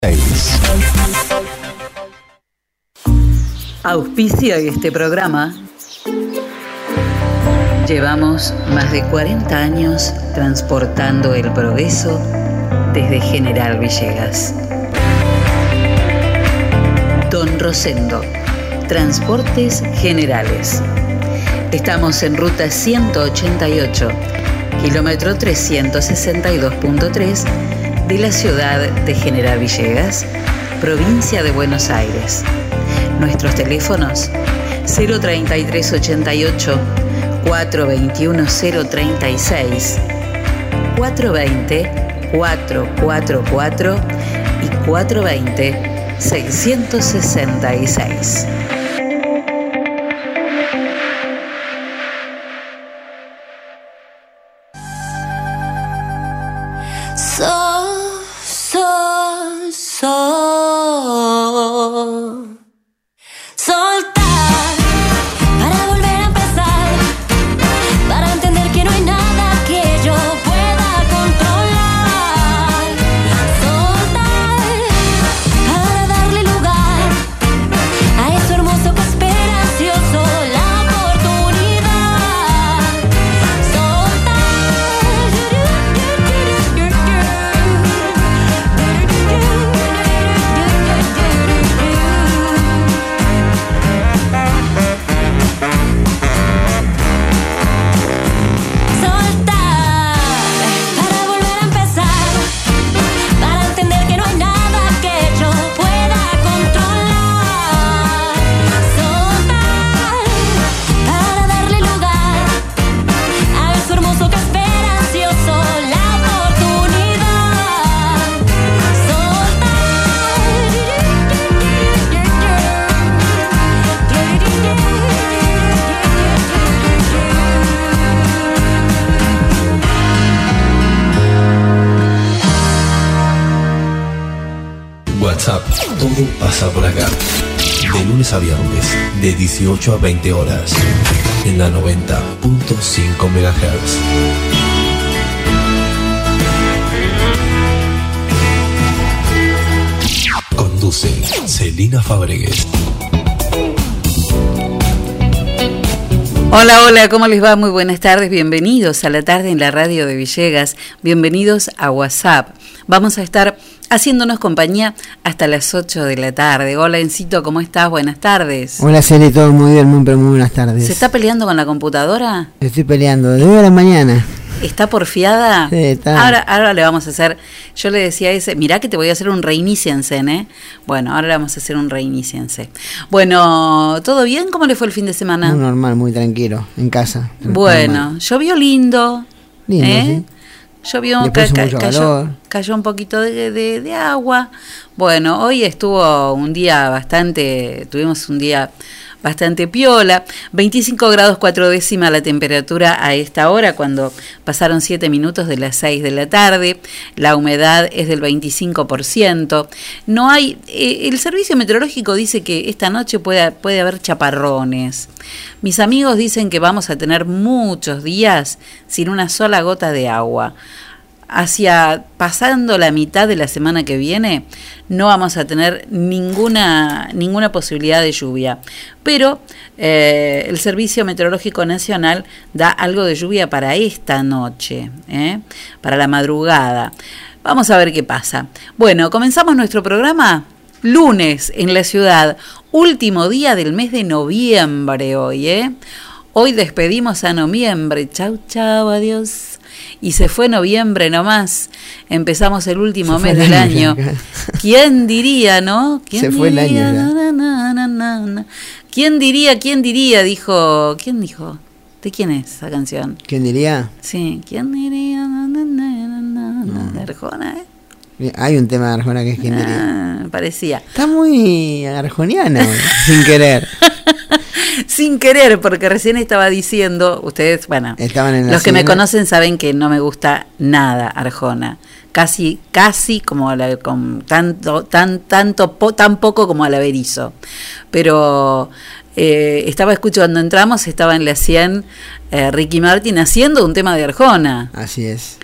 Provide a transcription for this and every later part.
Auspicia este programa. Llevamos más de 40 años transportando el progreso desde General Villegas. Don Rosendo, Transportes Generales. Estamos en ruta 188, kilómetro 362.3 de la ciudad de General Villegas, provincia de Buenos Aires. Nuestros teléfonos 03388 421 036, 420 444 y 420 666. Todo pasa por acá. De lunes a viernes, de 18 a 20 horas. En la 90.5 MHz. Conduce Celina Fabregues. Hola, hola, ¿cómo les va? Muy buenas tardes, bienvenidos a la tarde en la radio de Villegas, bienvenidos a WhatsApp. Vamos a estar haciéndonos compañía hasta las 8 de la tarde. Hola, Encito, ¿cómo estás? Buenas tardes. Hola, Celi, todo muy bien, muy buenas tardes. ¿Se está peleando con la computadora? Estoy peleando, de hoy a la mañana. ¿Está porfiada? Sí, está. Ahora le vamos a hacer, yo le decía a ese, mirá que te voy a hacer un reiníciense, ¿eh? Bueno, ahora le vamos a hacer un reiníciense. Bueno, ¿todo bien? ¿Cómo le fue el fin de semana? Muy normal, muy tranquilo, en casa. Bueno, llovió lindo. Lindo, ¿sí? Llovió, cayó un poquito de agua. Bueno, hoy tuvimos un día bastante piola, 25 grados 4 décimas la temperatura a esta hora, cuando pasaron 7 minutos de las 6 de la tarde, la humedad es del 25%, no hay, el servicio meteorológico dice que esta noche puede haber chaparrones. Mis amigos dicen que vamos a tener muchos días sin una sola gota de agua. Pasando la mitad de la semana que viene, no vamos a tener ninguna posibilidad de lluvia. Pero el Servicio Meteorológico Nacional da algo de lluvia para esta noche, para la madrugada. Vamos a ver qué pasa. Bueno, comenzamos nuestro programa lunes en la ciudad, último día del mes de noviembre hoy, Hoy despedimos a noviembre. Chau, chau, adiós. Y se fue noviembre nomás. Empezamos el último mes del año. ¿Quién diría, no? Se fue el año ya. ¿Quién diría? Dijo. ¿Quién dijo? ¿De quién es esa canción? ¿Quién diría? Sí. ¿Quién diría? De Arjona, Hay un tema de Arjona que es ¿quién diría? Parecía. Está muy arjoniana, sin querer. Sin querer, porque recién estaba diciendo, ustedes, bueno, los que me conocen saben que no me gusta nada Arjona. Casi como tan poco como al Averizo. Pero cuando entramos, estaba en la 100 Ricky Martin haciendo un tema de Arjona. Así es.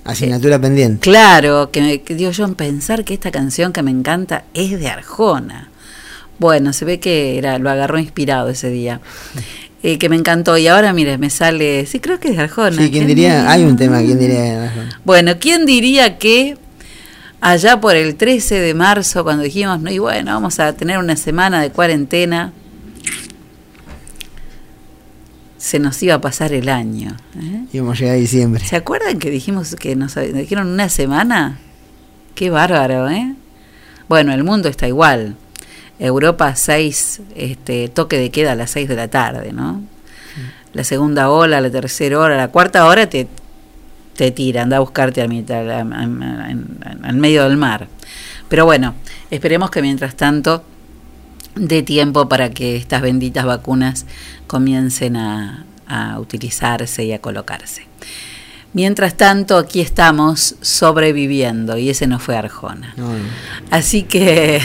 Asignatura pendiente. Claro, que digo yo en pensar que esta canción que me encanta es de Arjona. Bueno, se ve que lo agarró inspirado ese día. Que me encantó. Y ahora, mire, me sale... Sí, creo que es de Arjona. Sí, ¿quién diría? Hay un tema, ¿quién diría de Arjona? Bueno, ¿quién diría que allá por el 13 de marzo, cuando dijimos, no, y bueno, vamos a tener una semana de cuarentena, se nos iba a pasar el año? Íbamos a llegar a diciembre. ¿Se acuerdan que dijimos que nos dijeron una semana? Qué bárbaro, ¿eh? Bueno, el mundo está igual. Europa 6, toque de queda a las 6 de la tarde, ¿no? La segunda ola, la tercera hora, la cuarta hora te tira, anda a buscarte al medio del mar. Pero bueno, esperemos que mientras tanto dé tiempo para que estas benditas vacunas comiencen a utilizarse y a colocarse. Mientras tanto, aquí estamos sobreviviendo, y ese no fue Arjona. No. Así que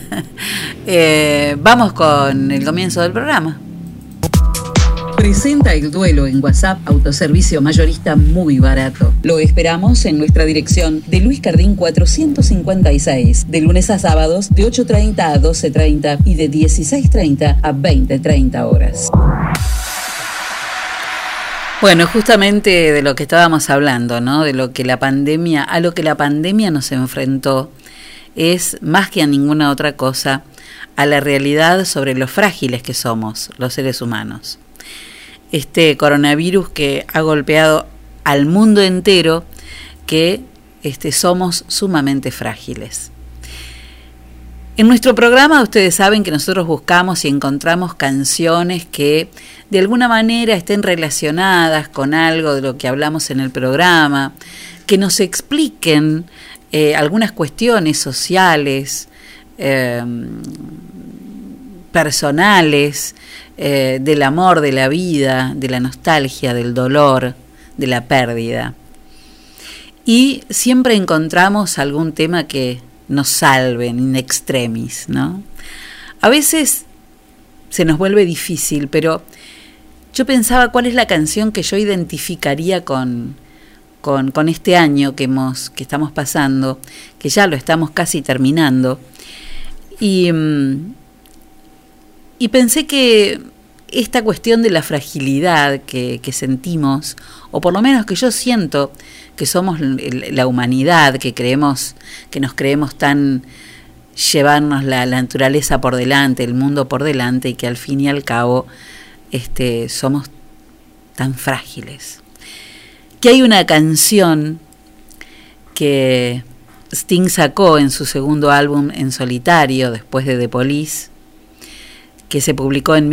vamos con el comienzo del programa. Presenta el duelo en WhatsApp, autoservicio mayorista muy barato. Lo esperamos en nuestra dirección de Luis Cardín 456, de lunes a sábados de 8:30 a 12:30 y de 16:30 a 20:30 horas. Bueno, justamente de lo que estábamos hablando, ¿no? De lo que la pandemia nos enfrentó, es más que a ninguna otra cosa a la realidad sobre lo frágiles que somos los seres humanos. Este coronavirus que ha golpeado al mundo entero, que somos sumamente frágiles. En nuestro programa ustedes saben que nosotros buscamos y encontramos canciones que de alguna manera estén relacionadas con algo de lo que hablamos en el programa, que nos expliquen algunas cuestiones sociales, personales, del amor, de la vida, de la nostalgia, del dolor, de la pérdida. Y siempre encontramos algún tema que nos salven in extremis, ¿no? A veces se nos vuelve difícil, pero yo pensaba cuál es la canción que yo identificaría con este año que estamos pasando, que ya lo estamos casi terminando, y pensé que esta cuestión de la fragilidad que sentimos, o por lo menos que yo siento que somos la humanidad, que nos creemos tan llevarnos la naturaleza por delante, el mundo por delante, y que al fin y al cabo somos tan frágiles. Que hay una canción que Sting sacó en su segundo álbum en solitario, después de The Police, que se publicó en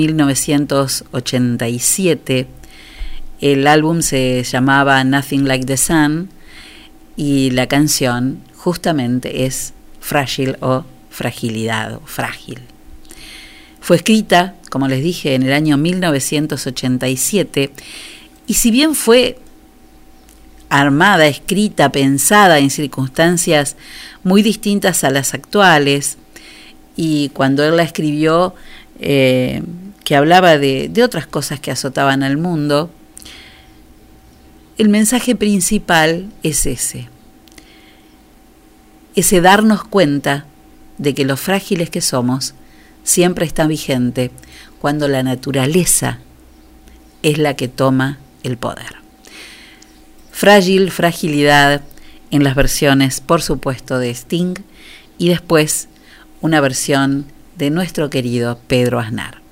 1987. El álbum se llamaba Nothing Like the Sun, y la canción justamente es Frágil o Fragilidad, o Frágil. Fue escrita, como les dije, en el año 1987, y si bien fue armada, escrita, pensada en circunstancias muy distintas a las actuales, y cuando él la escribió, que hablaba de otras cosas que azotaban al mundo, el mensaje principal es ese darnos cuenta de que lo frágiles que somos siempre está vigente cuando la naturaleza es la que toma el poder. Frágil, fragilidad, en las versiones, por supuesto, de Sting, y después una versión de nuestro querido Pedro Aznar.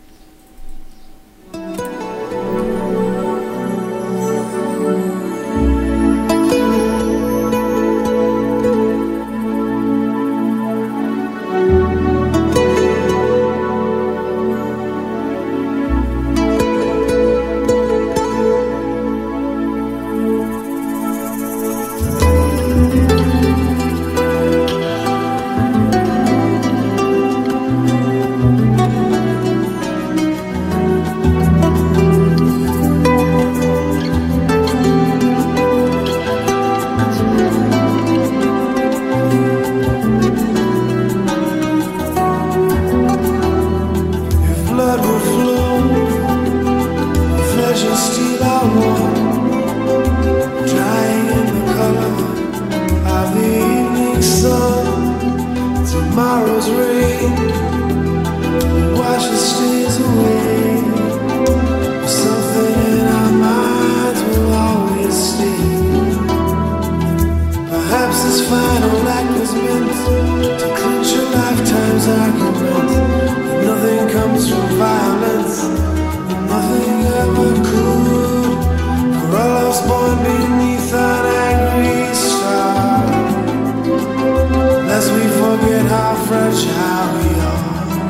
tomorrow's rain washes tears away. Something in our minds will always stay. Perhaps this final act was meant to clinch a lifetime's argument. That nothing comes from violence, and nothing ever could. For all I was born beneath an angry star. Lest we forget how fragile we are.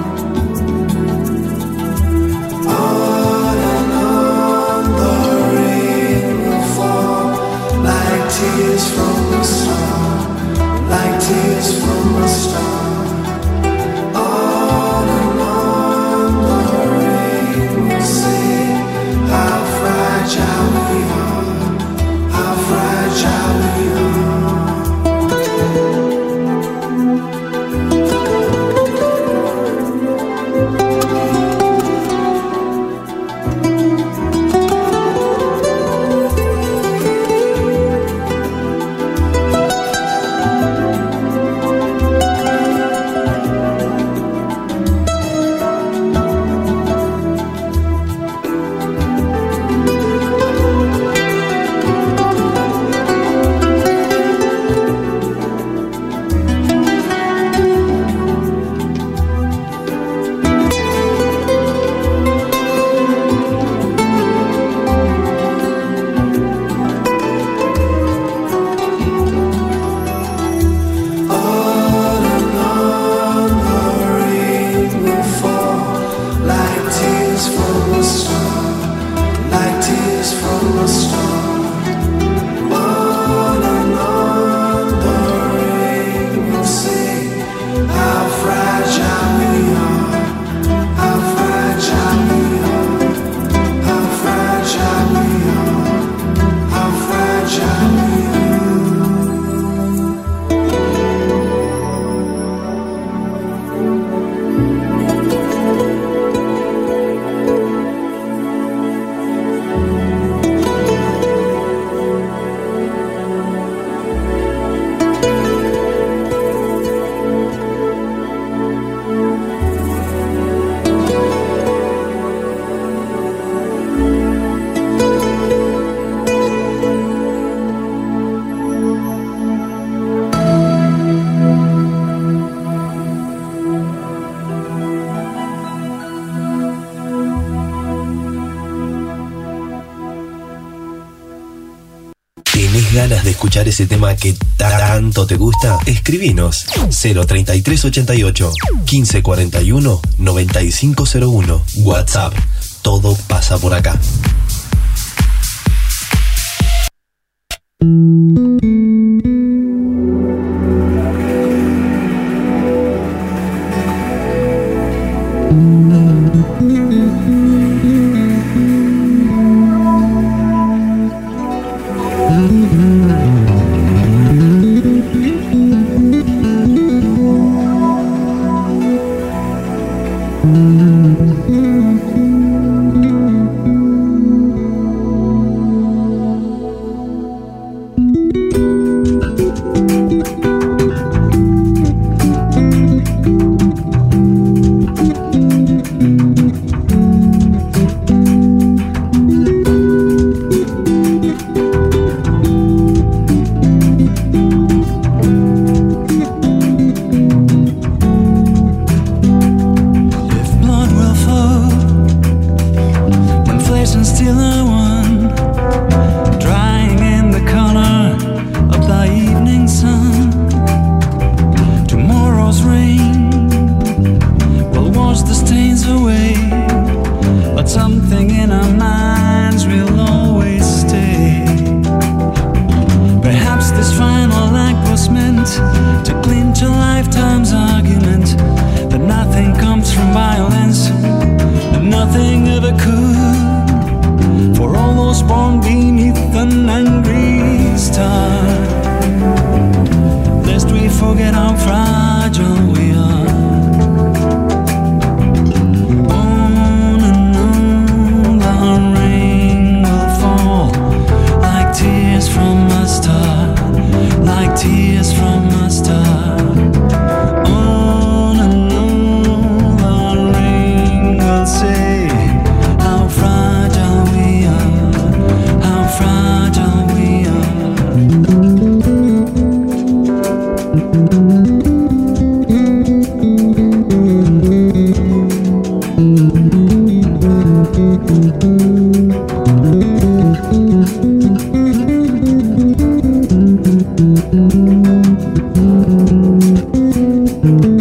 On and on the rain will fall, like tears from a star, like tears from a star. On and on the rain will say how fragile we are, how fragile we are. ¿Ganas de escuchar ese tema que tanto te gusta? Escribinos 03388 1541 9501. WhatsApp. Todo pasa por acá.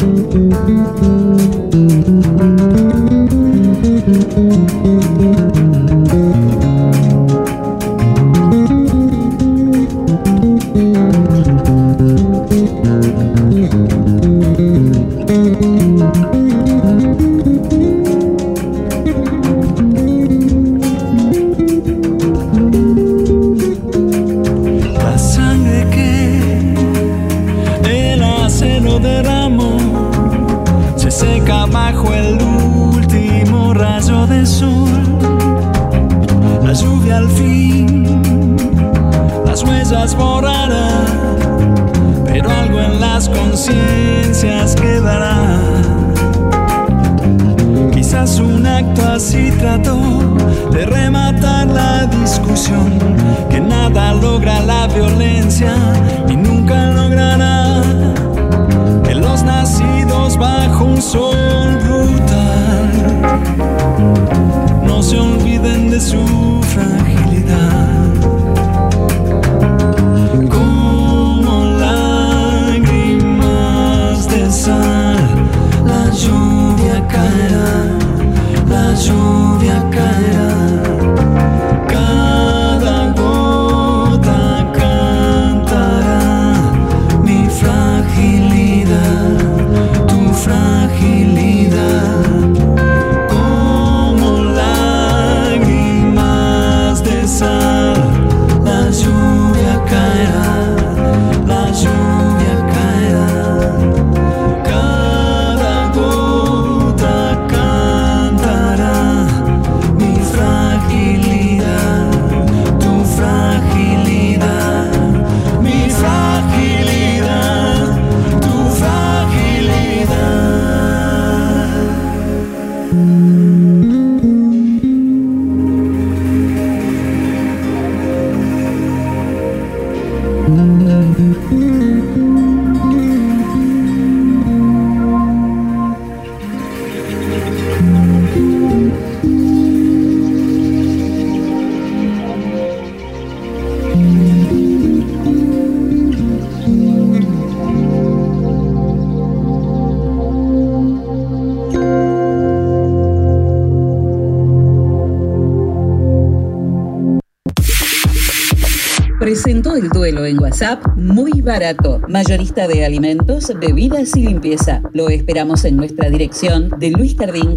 Presentó el duelo en WhatsApp Muy Barato, mayorista de alimentos, bebidas y limpieza. Lo esperamos en nuestra dirección de Luis Cardín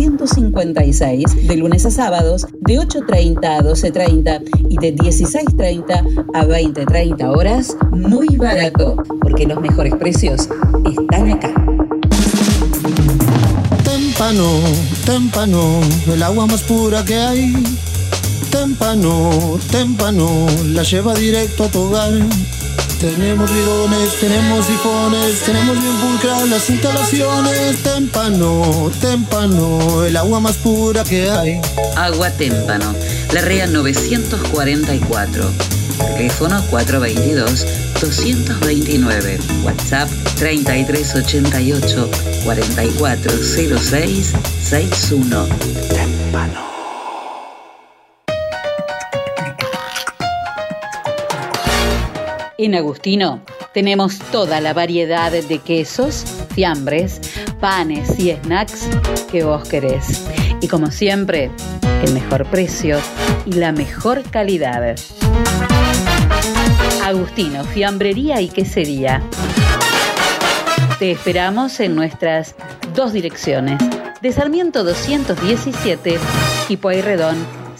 456, de lunes a sábados, de 8:30 a 12:30 y de 16:30 a 20:30 horas. Muy Barato, porque los mejores precios están acá. Témpano, témpano, el agua más pura que hay. Témpano, témpano, la lleva directo a tu hogar. Tenemos bidones, tenemos sifones, tenemos bien pulcras las instalaciones. Témpano, témpano, el agua más pura que hay. Agua Témpano, Larrea 944. Teléfono 422-229. WhatsApp 3388 4406 61. Témpano. En Agustino tenemos toda la variedad de quesos, fiambres, panes y snacks que vos querés. Y como siempre, el mejor precio y la mejor calidad. Agustino, fiambrería y quesería. Te esperamos en nuestras dos direcciones, de Sarmiento 217 y Pueyrredón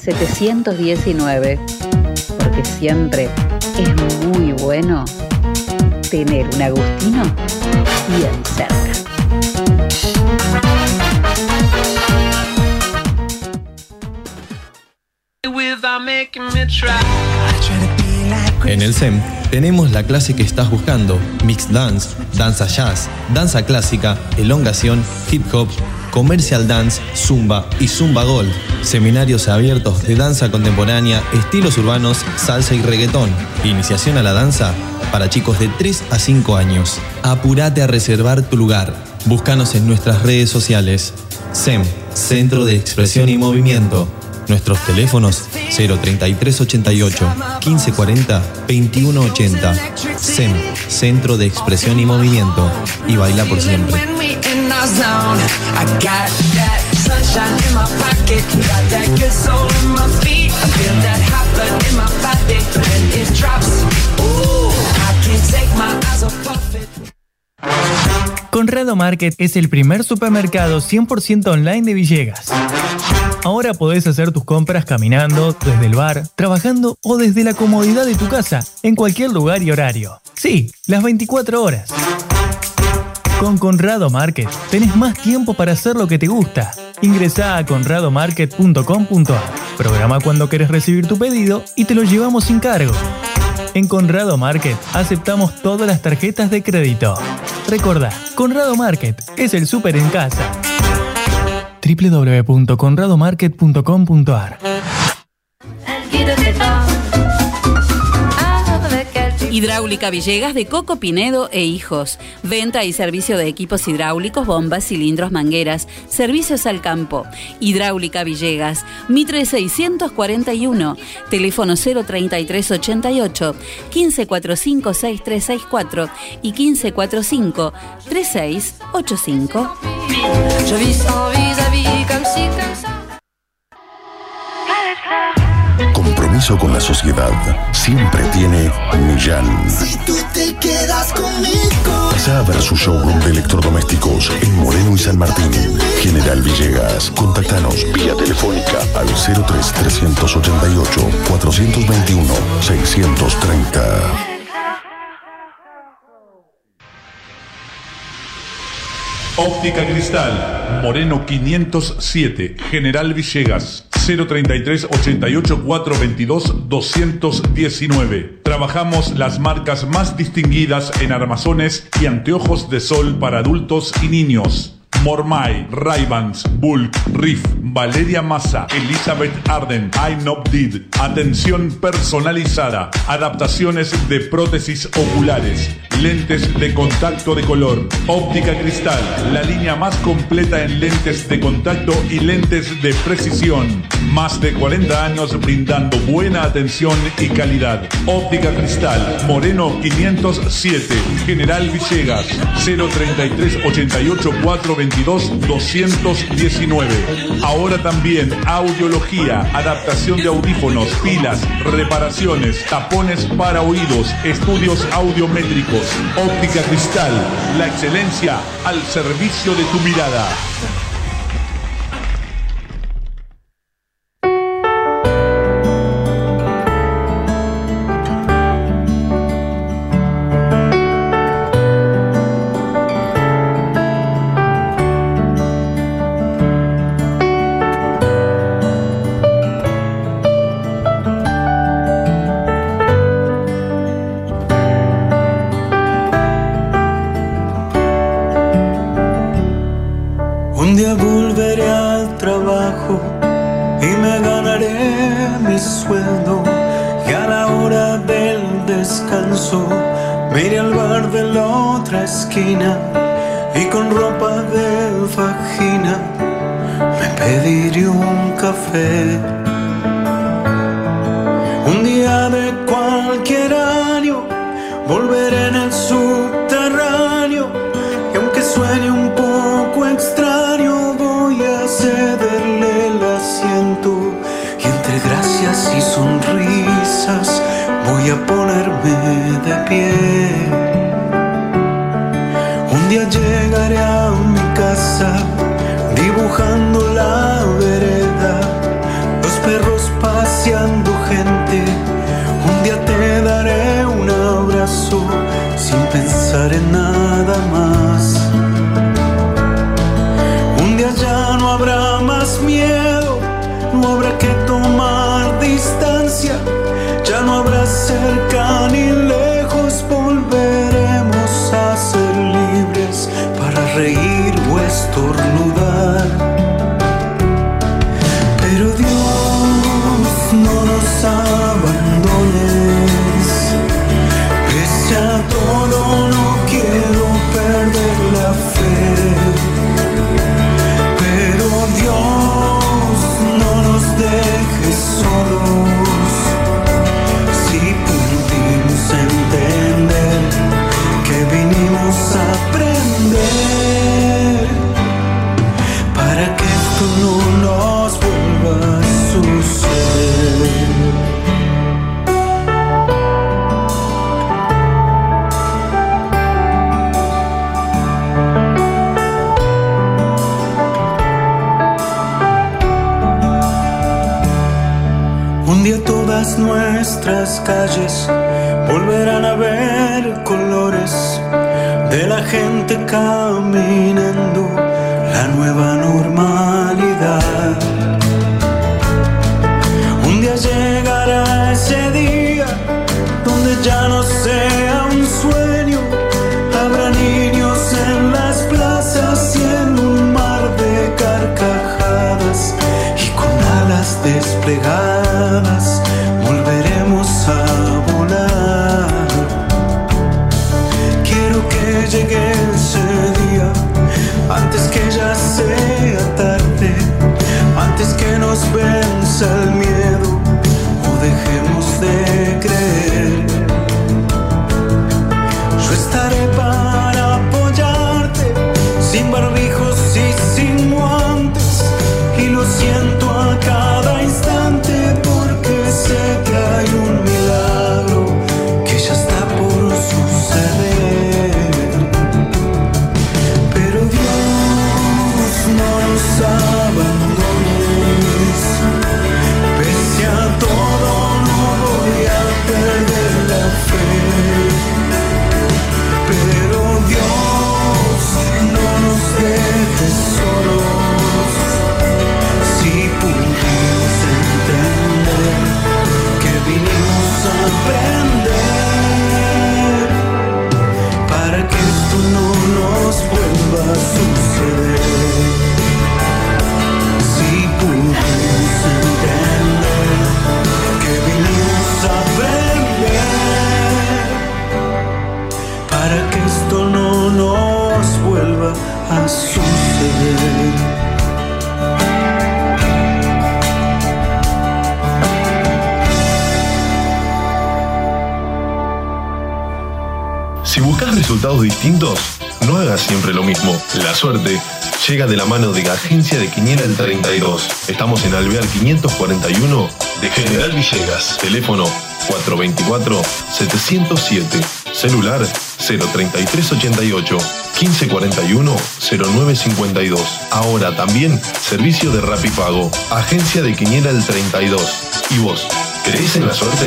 719. Porque siempre es muy bueno tener un Agustino bien cerca. En el SEM tenemos la clase que estás buscando: Mixed Dance, Danza Jazz, Danza Clásica, Elongación, Hip Hop, Commercial Dance, Zumba y Zumba Gold. Seminarios abiertos de danza contemporánea, estilos urbanos, salsa y reggaetón. Iniciación a la danza para chicos de 3 a 5 años. Apúrate a reservar tu lugar. Búscanos en nuestras redes sociales. SEM, Centro de Expresión y Movimiento. Nuestros teléfonos 03388 1540 2180. SEM, Centro de Expresión y Movimiento. Y baila por siempre. Conrado Market es el primer supermercado 100% online de Villegas. Ahora podés hacer tus compras caminando, desde el bar, trabajando o desde la comodidad de tu casa, en cualquier lugar y horario. Sí, las 24 horas. Con Conrado Market tenés más tiempo para hacer lo que te gusta. Ingresá a conradomarket.com.ar. Programa cuando querés recibir tu pedido y te lo llevamos sin cargo. En Conrado Market aceptamos todas las tarjetas de crédito. Recordá, Conrado Market es el súper en casa. www.conradomarket.com.ar. Hidráulica Villegas de Coco Pinedo e Hijos. Venta y servicio de equipos hidráulicos, bombas, cilindros, mangueras. Servicios al campo. Hidráulica Villegas. Mitre 641. Teléfono 03388 1545 6364 y 1545 3685. Compromiso con la sociedad siempre tiene Millán. Si tú te quedas conmigo. Pasa a ver su showroom de electrodomésticos en Moreno y San Martín. General Villegas. Contactanos vía telefónica al 03388 421 630. Óptica Cristal, Moreno 507, General Villegas, 033 88 422 219. Trabajamos las marcas más distinguidas en armazones y anteojos de sol para adultos y niños. Mormai, Ray-Bans, Bulk, Riff, Valeria Massa, Elizabeth Arden, Ainobdid. Atención personalizada, adaptaciones de prótesis oculares, lentes de contacto de color. Óptica Cristal, la línea más completa en lentes de contacto y lentes de precisión. Más de 40 años brindando buena atención y calidad. Óptica Cristal, Moreno 507, General Villegas, 033 88 422 219. Ahora también audiología, adaptación de audífonos, pilas, reparaciones, tapones para oídos, estudios audiométricos. Óptica Cristal, la excelencia al servicio de tu mirada. Un día volveré al trabajo y me ganaré mi sueldo, y a la hora del descanso me iré al bar de la otra esquina y con ropa de vagina me pediré un café. Un día de cualquier año volveré en el subterráneo, y aunque suene un poco extraño voy a cederle el asiento, y entre gracias y sonrisas voy a ponerme de pie. Un día llegaré a mi casa dibujando la vereda, los perros paseando gente. Un día te daré un abrazo sin pensar en nada más. Un día ya no habrá más miedo, no habrá que tomar distancia, ya no habrá cerca ni lejos, volveremos a ser libres para reír o estornudar. Pero Dios, no nos abandones, pese a todo no quiero perder la fe. Pero Dios, no nos dejes todas nuestras calles volverán a ver colores de la gente caminando la nueva normalidad. Un día llegará ese día donde ya no sea un sueño, habrá niños en las plazas y en un mar de carcajadas, y con alas desplegadas volveremos a volar. Quiero que llegue ese día antes que ya sea tarde, antes que nos venza el miedo o dejemos de creer. Yo estaré para apoyarte, sin barbijos y sin guantes, y lo siento a cada instante porque sé que hay un milagro que ya está por suceder. Pero Dios, no nos abandones, pese a todo no voy a perder la fe. Pero Dios, no nos dejes solos, si pudimos entender que vinimos a aprender, para que esto no nos vuelva a suceder. Si pudimos entender que vinimos a aprender, para que esto no nos vuelva a suceder. Si buscas resultados distintos, no hagas siempre lo mismo. La suerte llega de la mano de Agencia de Quiniela el 32. Estamos en Alvear 541 de General Villegas. Teléfono 424-707. Celular 03388 1541 0952. Ahora también servicio de Rapipago. Agencia de Quiniela el 32. ¿Y vos, creés en la suerte?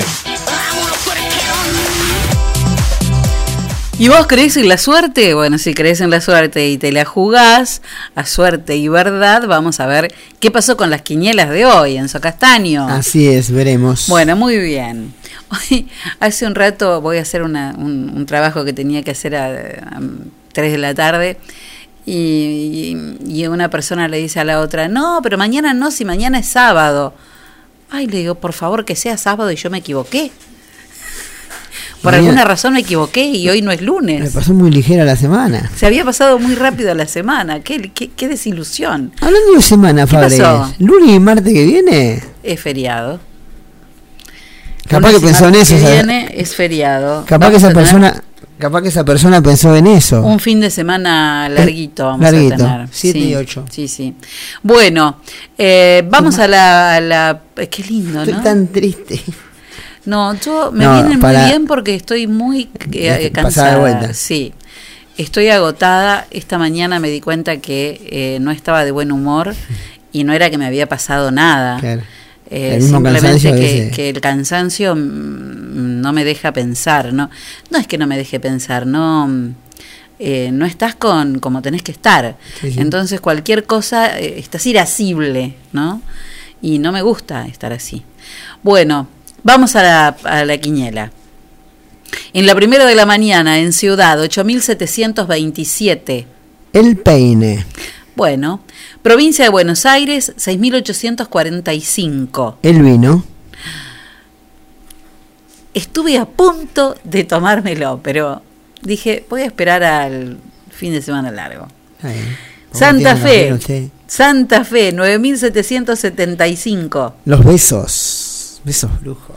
¿Y vos creés en la suerte? Bueno, si creés en la suerte y te la jugás a suerte y verdad, vamos a ver qué pasó con las quinielas de hoy, Enzo Castaño. Así es, veremos. Bueno, muy bien. Hoy, hace un rato voy a hacer un trabajo que tenía que hacer a 3 de la tarde y una persona le dice a la otra, no, pero mañana no, si mañana es sábado. Ay, le digo, por favor que sea sábado y yo me equivoqué. Por alguna razón me equivoqué y hoy no es lunes. Me pasó muy ligera la semana. Se había pasado muy rápido la semana. Qué desilusión. Hablando de semana, Fabre, ¿lunes y martes que viene? Es feriado. Capaz que pensó en eso. Que viene es feriado. Capaz que esa persona pensó en eso. Un fin de semana larguito vamos a tener. 7 y 8. Sí. Bueno, vamos a la... Qué lindo, ¿no? Estoy tan triste. No, yo me viene muy bien porque estoy muy cansada. Pasada de vuelta. Sí, estoy agotada. Esta mañana me di cuenta que no estaba de buen humor y no era que me había pasado nada. Claro. Simplemente que el cansancio no me deja pensar. No es que no me deje pensar, no estás como tenés que estar. Sí. Entonces cualquier cosa estás irascible, ¿no? Y no me gusta estar así. Bueno, vamos a la quiniela. En la primera de la mañana, en Ciudad, 8.727. El Peine. Bueno, provincia de Buenos Aires, 6.845. El Vino. Estuve a punto de tomármelo, pero dije, voy a esperar al fin de semana largo. Santa Fe, 9.775. Los besos brujos.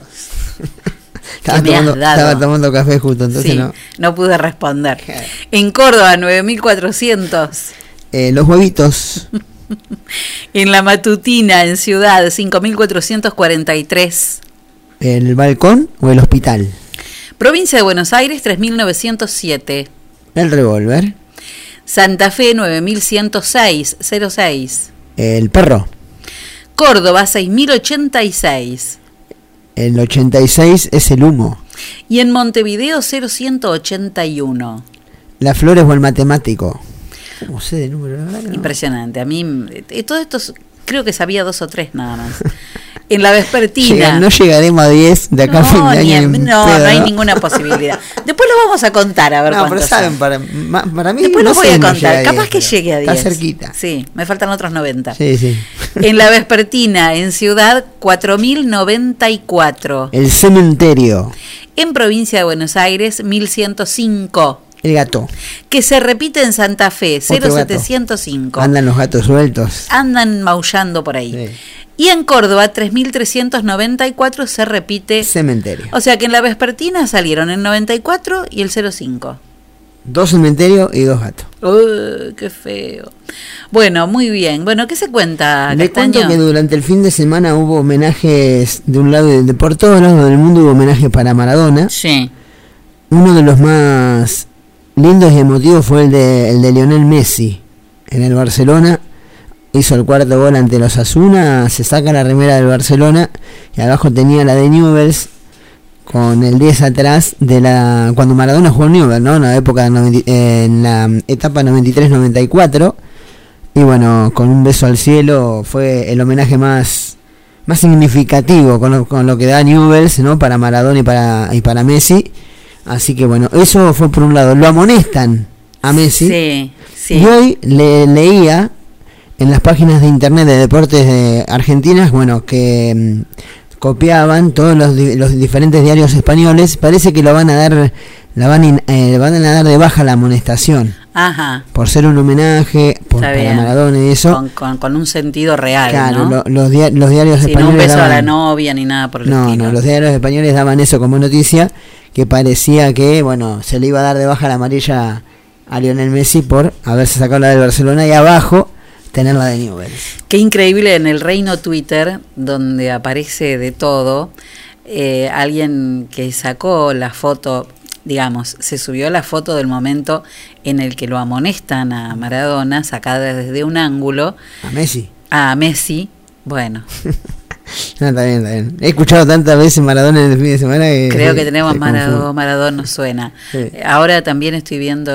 Estaba tomando café justo, entonces sí, no pude responder. En Córdoba, 9.400. Los huevitos. En La Matutina, en Ciudad, 5.443. ¿El balcón o el hospital? Provincia de Buenos Aires, 3.907. El revólver. Santa Fe, 9.106, 06. El perro. Córdoba, 6.086. El 86 es el humo. Y en Montevideo 0181. Las flores o el matemático. ¿Cómo sé de número? La verdad que no. Impresionante. A mí, todo esto creo que sabía 2 o 3 nada más. En la vespertina. No llegaremos a 10 de acá a fin de año. No hay ninguna posibilidad. Después lo vamos a contar, a ver cuántos pero saben, son. para mí después lo voy a contar. Capaz 10, que llegue a 10. Está cerquita. Sí, me faltan otros 90. Sí. En la vespertina, en Ciudad, 4094. El cementerio. En Provincia de Buenos Aires, 1105. El gato. Que se repite en Santa Fe, 0705. Andan los gatos sueltos. Andan maullando por ahí. Sí. Y en Córdoba, 3394, se repite. Cementerio. O sea que en la vespertina salieron el 94 y el 05. 2 cementerios y 2 gatos. ¡Qué feo! Bueno, muy bien. Bueno, ¿qué se cuenta, Le Castaño? cuento que durante el fin de semana hubo homenajes de un lado y por todos lados del mundo hubo homenajes para Maradona. Sí. Uno de los más lindos y emotivos fue el de Lionel Messi en el Barcelona. Hizo el 4º gol ante los Osasuna, se saca la remera del Barcelona y abajo tenía la de Newell's con el 10 atrás de cuando Maradona jugó en Newell's, ¿no? En la época en la etapa 93-94, y bueno, con un beso al cielo fue el homenaje más significativo con lo que da Newell's, ¿no? Para Maradona y para Messi. Así que bueno, eso fue por un lado. Lo amonestan a Messi. Sí. Y hoy leía en las páginas de internet de deportes de Argentinas, bueno, que copiaban todos los diferentes diarios españoles. Parece que van a dar de baja la amonestación. Ajá. Por ser un homenaje para Maradona y eso. Con un sentido real, claro, ¿no? Los diarios españoles. No un beso a la novia ni nada por el estilo. No, los diarios españoles daban eso como noticia, que parecía que, bueno, se le iba a dar de baja la amarilla a Lionel Messi por haberse sacado la del Barcelona y abajo tener la de Newell's. Qué increíble en el reino Twitter, donde aparece de todo, alguien que sacó la foto, digamos, se subió la foto del momento en el que lo amonestan a Maradona, sacada desde un ángulo. A Messi, bueno. No, está bien. He escuchado tantas veces Maradona en el fin de semana que creo que tenemos Maradona nos suena. Sí. Ahora también estoy viendo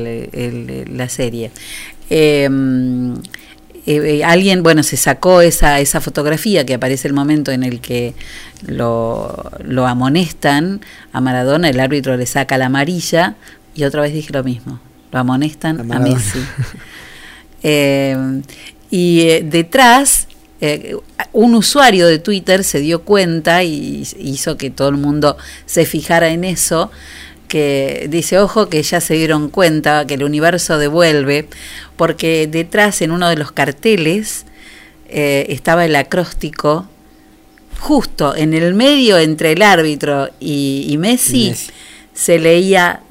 la serie. Alguien, bueno, se sacó esa fotografía que aparece el momento en el que lo amonestan a Maradona, el árbitro le saca la amarilla y otra vez dije lo mismo, lo amonestan a Messi. Detrás un usuario de Twitter se dio cuenta y hizo que todo el mundo se fijara en eso, que dice, ojo que ya se dieron cuenta que el universo devuelve, porque detrás en uno de los carteles estaba el acróstico, justo en el medio entre el árbitro y Messi, se leía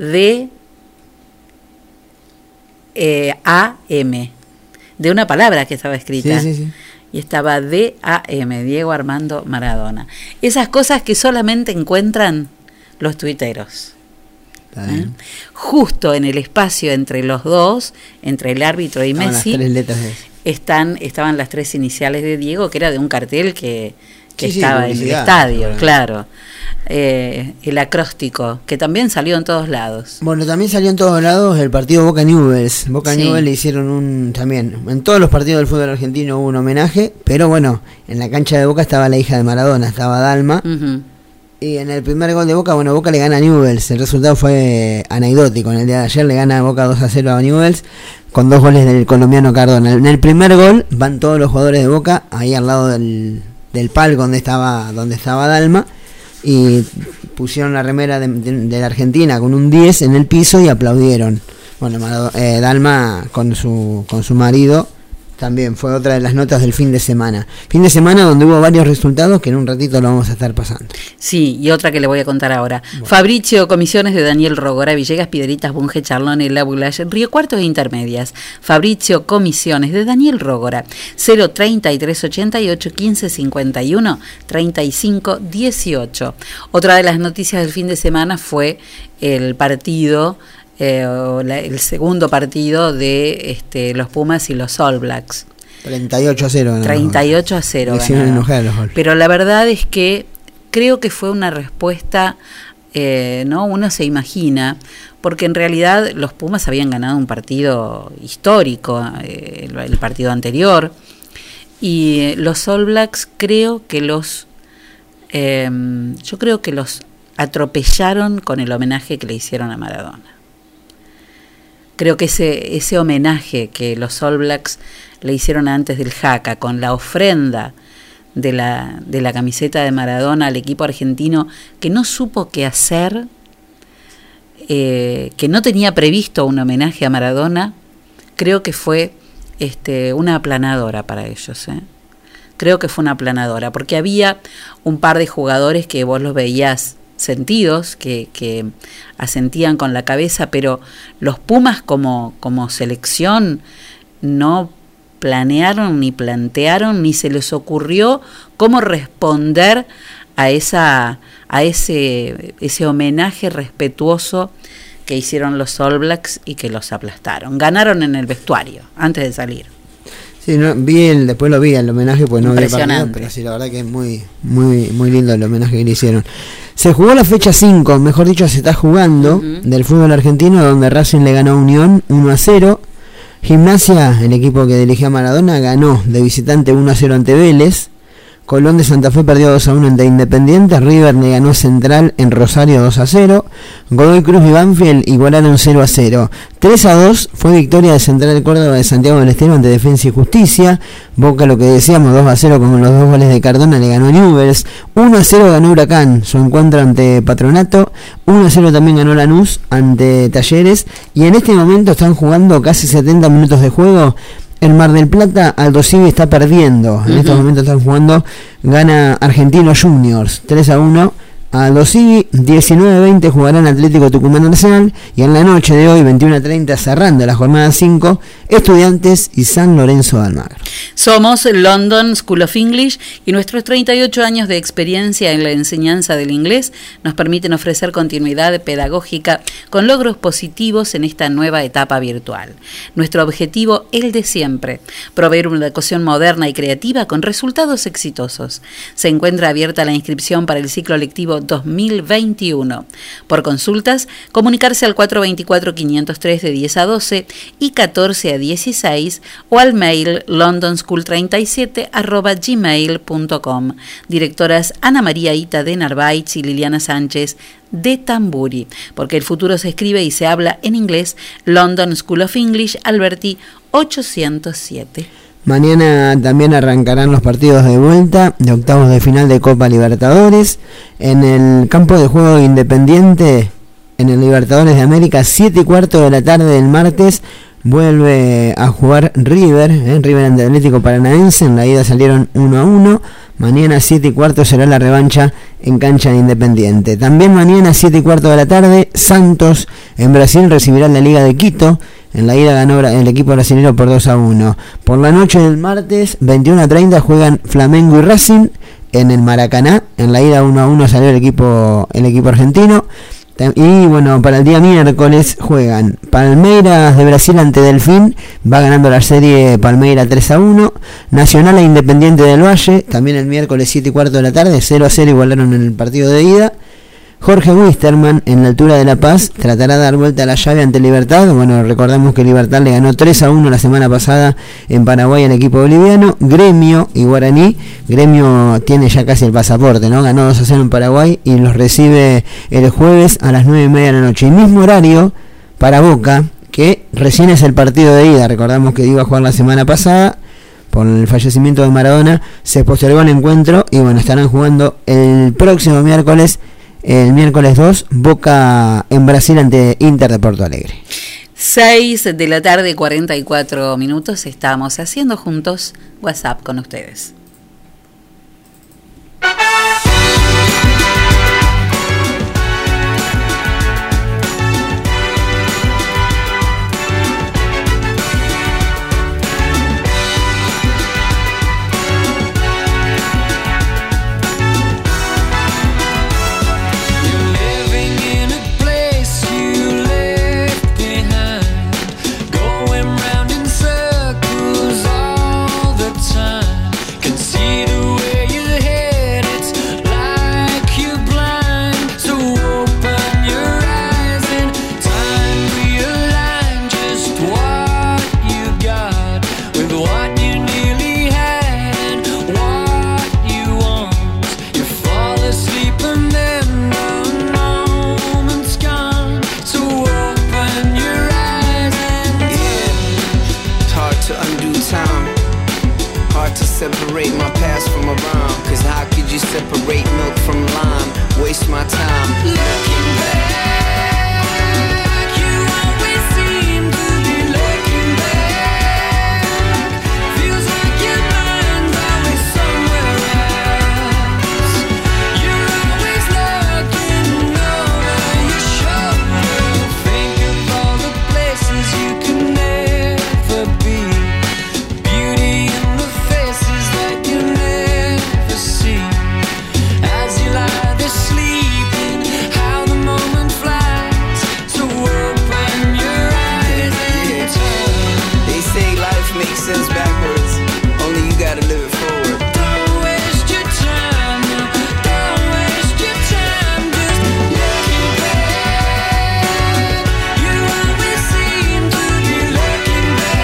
D-A-M, de una palabra que estaba escrita. Sí. Y estaba D-A-M, Diego Armando Maradona. Esas cosas que solamente encuentran los tuiteros. Justo en el espacio entre los dos, entre el árbitro y Messi, las 3 letras estaban las 3 iniciales de Diego, que era de un cartel que estaba en el estadio, claro. El acróstico, que también salió en todos lados. Bueno, también salió en todos lados el partido Boca Newell's. Newell's le hicieron también, en todos los partidos del fútbol argentino hubo un homenaje, pero bueno, en la cancha de Boca estaba la hija de Maradona, estaba Dalma. Uh-huh. Y en el primer gol de Boca, Boca le gana a Newell's. El resultado fue anecdótico. En el día de ayer le gana Boca 2-0 a Newell's con 2 goles del colombiano Cardona. En el primer gol van todos los jugadores de Boca ahí al lado del palco donde estaba Dalma, y pusieron la remera de la Argentina con un 10 en el piso y aplaudieron. Bueno, Dalma con su marido también fue otra de las notas del fin de semana. Fin de semana donde hubo varios resultados que en un ratito lo vamos a estar pasando. Sí, y otra que le voy a contar ahora. Bueno. Fabricio, comisiones de Daniel Rogora, Villegas, Piedritas, Bunge, Charlón, El Labulash, Río Cuartos e Intermedias. Fabricio, comisiones de Daniel Rogora, 03388 1551 3518. Otra de las noticias del fin de semana fue el partido, el segundo partido de los Pumas y los All Blacks. 38-0. 38-0. Pero la verdad es que creo que fue una respuesta, ¿no? Uno se imagina, porque en realidad los Pumas habían ganado un partido histórico, el partido anterior, y los All Blacks yo creo que los atropellaron con el homenaje que le hicieron a Maradona. Creo que ese homenaje que los All Blacks le hicieron antes del Haka, con la ofrenda de la camiseta de Maradona al equipo argentino, que no supo qué hacer, que no tenía previsto un homenaje a Maradona, creo que fue una aplanadora para ellos. Creo que fue una aplanadora, porque había un par de jugadores que vos los veías sentidos, que asentían con la cabeza, pero los Pumas como selección no planearon ni plantearon ni se les ocurrió cómo responder a ese homenaje respetuoso que hicieron los All Blacks y que los aplastaron. Ganaron en el vestuario antes de salir. Sí, después lo vi el homenaje, pues no vi el partido, pero sí, la verdad que es muy, muy, muy lindo el homenaje que le hicieron. Se jugó la fecha 5, mejor dicho, se está jugando, del fútbol argentino, donde Racing le ganó a Unión 1-0. Gimnasia, el equipo que dirigía a Maradona, ganó de visitante 1-0 ante Vélez. Colón de Santa Fe perdió 2-1 ante Independiente. River le ganó Central en Rosario 2-0. Godoy Cruz y Banfield igualaron 0-0. 3-2 fue victoria de Central de Córdoba de Santiago del Estero ante Defensa y Justicia. Boca, lo que decíamos, 2-0 con los 2 goles de Cardona, le ganó a Newell's. 1-0 ganó Huracán su encuentro ante Patronato. 1-0 también ganó Lanús ante Talleres. Y en este momento están jugando casi 70 minutos de juego. El Mar del Plata, Aldo Civi está perdiendo. En estos momentos están jugando, gana Argentinos Juniors 3-1 a Aldo Civi. 19-20 jugarán Atlético Tucumán Arsenal. Y en la noche de hoy, 21-30, cerrando la jornada 5, Estudiantes y San Lorenzo de Almagro. Somos London School of English y nuestros 38 años de experiencia en la enseñanza del inglés nos permiten ofrecer continuidad pedagógica con logros positivos en esta nueva etapa virtual. Nuestro objetivo, el de siempre, proveer una educación moderna y creativa con resultados exitosos. Se encuentra abierta la inscripción para el ciclo lectivo 2021. Por consultas, comunicarse al 424-503 de 10 a 12 y 14 a 16 o al mail londonschool37@gmail.com. Directoras Ana María Ita de Narváez y Liliana Sánchez de Tamburi, porque el futuro se escribe y se habla en inglés. London School of English, Alberti 807. Mañana también arrancarán los partidos de vuelta de octavos de final de Copa Libertadores. En el campo de juego Independiente, en el Libertadores de América, 7:15 de la tarde del martes, vuelve a jugar River ante Atlético Paranaense. En la ida salieron 1-1. Mañana 7:15 será la revancha en cancha de Independiente. También mañana 7:15 de la tarde, Santos en Brasil recibirá la Liga de Quito. En la ida ganó el equipo brasileño por 2-1. Por la noche del martes, 21:30, juegan Flamengo y Racing en el Maracaná. En la ida 1-1 salió el equipo argentino. Y bueno, para el día miércoles juegan Palmeiras de Brasil ante Delfín. Va ganando la serie Palmeiras 3-1. Nacional e Independiente del Valle, también el miércoles 7:15 de la tarde, 0-0 igualaron en el partido de ida. Jorge Wisterman, en la altura de La Paz, tratará de dar vuelta a la llave ante Libertad. Bueno, recordamos que Libertad le ganó 3-1 la semana pasada en Paraguay al equipo boliviano. Gremio y Guaraní. Gremio tiene ya casi el pasaporte, ¿no? Ganó 2-0 en Paraguay y los recibe el jueves a las 9:30 de la noche. Y mismo horario para Boca, que recién es el partido de ida. Recordamos que iba a jugar la semana pasada. Por el fallecimiento de Maradona se postergó el encuentro y bueno, estarán jugando el próximo miércoles. El miércoles 2, Boca en Brasil ante Inter de Porto Alegre. 6:44 estamos haciendo juntos WhatsApp con ustedes. undo time. Hard to separate my past from a rhyme. Cause how could you separate milk from lime? Waste my time. Looking back, you always seem to be looking back. Feels like your mind's always somewhere else. You're always looking over your shoulder. Think of all the places you can never be. Beauty in the faces that you never see. As you lie there sleeping, how the moment flies. So open your eyes and turn. They say life makes sense backwards. Only you gotta live it forward. Don't waste your time. Don't waste your time. Just looking back. You always seem to be looking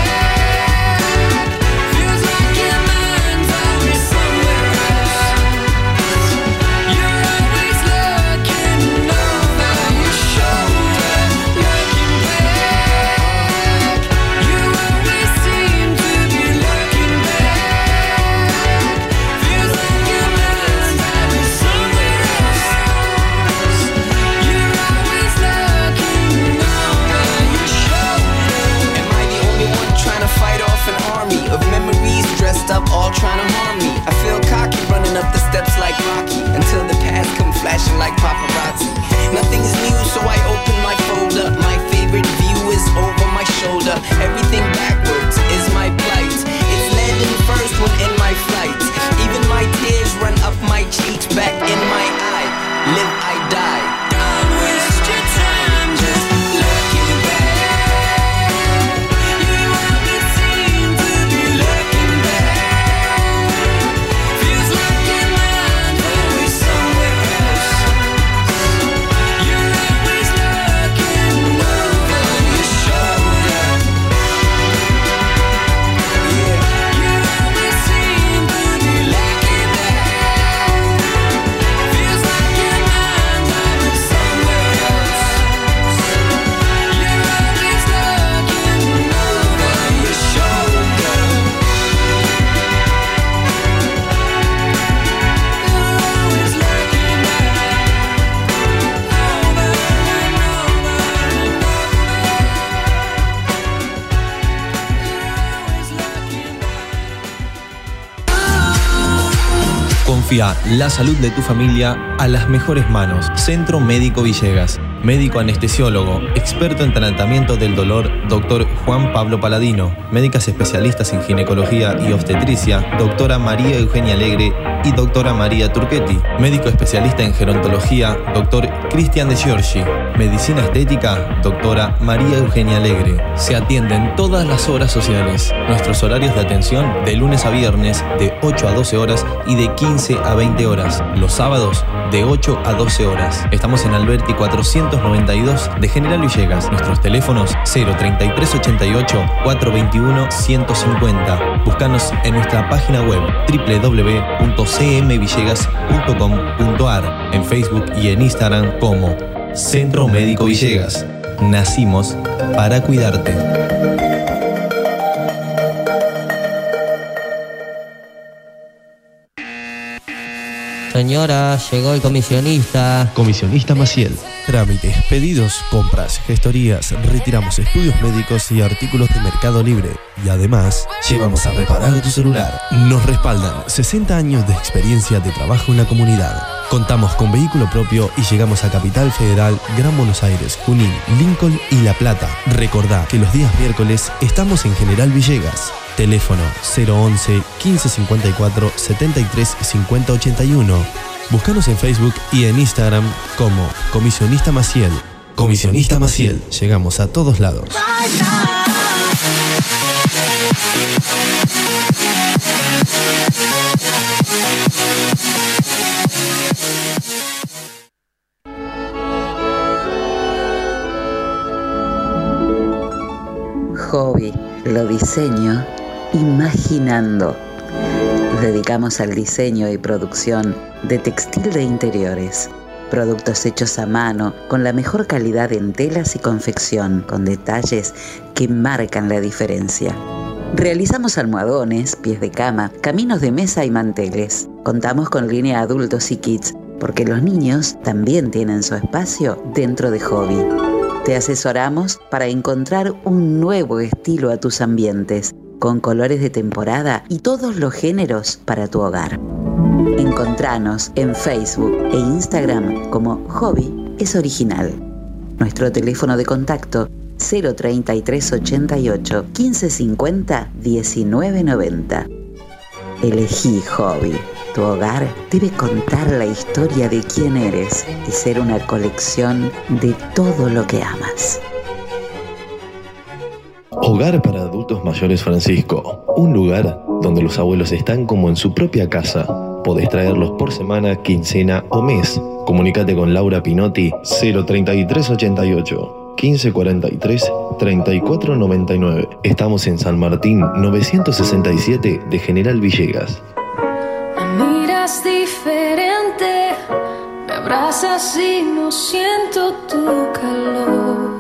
back. Feels like your mind's always somewhere else. You're always looking over your shoulder. Looking back. You always seem to be looking back. Feels like your mind's always somewhere else. You're always looking over your shoulder. Am I the only one trying to fight off an army of memories dressed up, all trying to harm me? I feel cocky running up the steps like Rocky until the past come flashing like paparazzi. Nothing is new, so I open my folder. My favorite view is over my shoulder. Everything backwards is my plight. It's landing first when in my flight. Even my tears run up my cheeks, back in my eye. Live, I die. Don't waste your time, just looking back. You always seem to be looking back. Feels like your mind's always somewhere else. You're always looking over your shoulder. Yeah, you always seem to be looking back. Feels like your mind's always somewhere else. You're always looking over your shoulder. You're always looking Confía la salud de tu familia a las mejores manos. Centro Médico Villegas. Médico anestesiólogo, experto en tratamiento del dolor, Dr. Juan Pablo Paladino. Médicas especialistas en ginecología y obstetricia, doctora María Eugenia Alegre y doctora María Turchetti. Médico especialista en gerontología, Dr. Cristian de Giorgi. Medicina estética, doctora María Eugenia Alegre. Se atienden todas las horas sociales. Nuestros horarios de atención de lunes a viernes de 8 a 12 horas y de 15 a 20 horas. Los sábados de 8 a 12 horas. Estamos en Alberti 492 de General Villegas. Nuestros teléfonos 03388 421 150. Búscanos en nuestra página web www.cmvillegas.com.ar, en Facebook y en Instagram como Centro Médico Villegas. Nacimos para cuidarte. Señora, llegó el comisionista. Comisionista Maciel. Trámites, pedidos, compras, gestorías, retiramos estudios médicos y artículos de Mercado Libre. Y además, llevamos a reparar tu celular. Nos respaldan 60 años de experiencia de trabajo en la comunidad. Contamos con vehículo propio y llegamos a Capital Federal, Gran Buenos Aires, Junín, Lincoln y La Plata. Recordá que los días miércoles estamos en General Villegas. Teléfono 011 1554 73 50 81. Búscanos en Facebook y en Instagram como Comisionista Maciel. Comisionista Maciel. Llegamos a todos lados. Hobby, lo diseño imaginando. Nos dedicamos al diseño y producción de textil de interiores. Productos hechos a mano, con la mejor calidad en telas y confección, con detalles que marcan la diferencia. Realizamos almohadones, pies de cama, caminos de mesa y manteles. Contamos con línea adultos y kids, porque los niños también tienen su espacio dentro de Hobby. Te asesoramos para encontrar un nuevo estilo a tus ambientes, con colores de temporada y todos los géneros para tu hogar. Encontranos en Facebook e Instagram como Hobby es Original. Nuestro teléfono de contacto 033 88 1550 1990. Elegí Hobby. Tu hogar debe contar la historia de quién eres y ser una colección de todo lo que amas. Hogar para Adultos Mayores Francisco, un lugar donde los abuelos están como en su propia casa. Podés traerlos por semana, quincena o mes. Comunícate con Laura Pinotti 033 88 1543 3499. Estamos en San Martín 967 de General Villegas. Me miras diferente, me abrazas y no siento tu calor.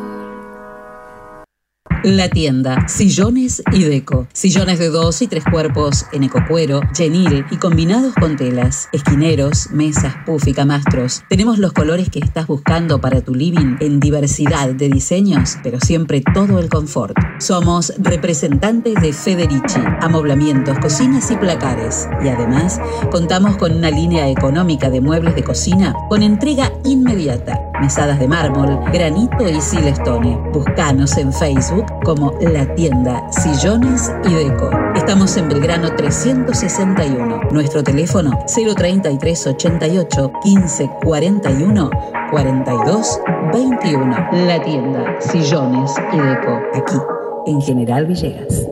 La tienda Sillones y Deco. Sillones de 2 y 3 cuerpos en ecocuero, chenil y combinados con telas. Esquineros, mesas, puff y camastros. Tenemos los colores que estás buscando para tu living en diversidad de diseños, pero siempre todo el confort. Somos representantes de Federici, amoblamientos, cocinas y placares. Y además, contamos con una línea económica de muebles de cocina con entrega inmediata. Mesadas de mármol, granito y silestone. Búscanos en Facebook como La Tienda Sillones y Deco. Estamos en Belgrano 361. Nuestro teléfono 033 88 15 41 42 21. La Tienda Sillones y Deco. Aquí, en General Villegas.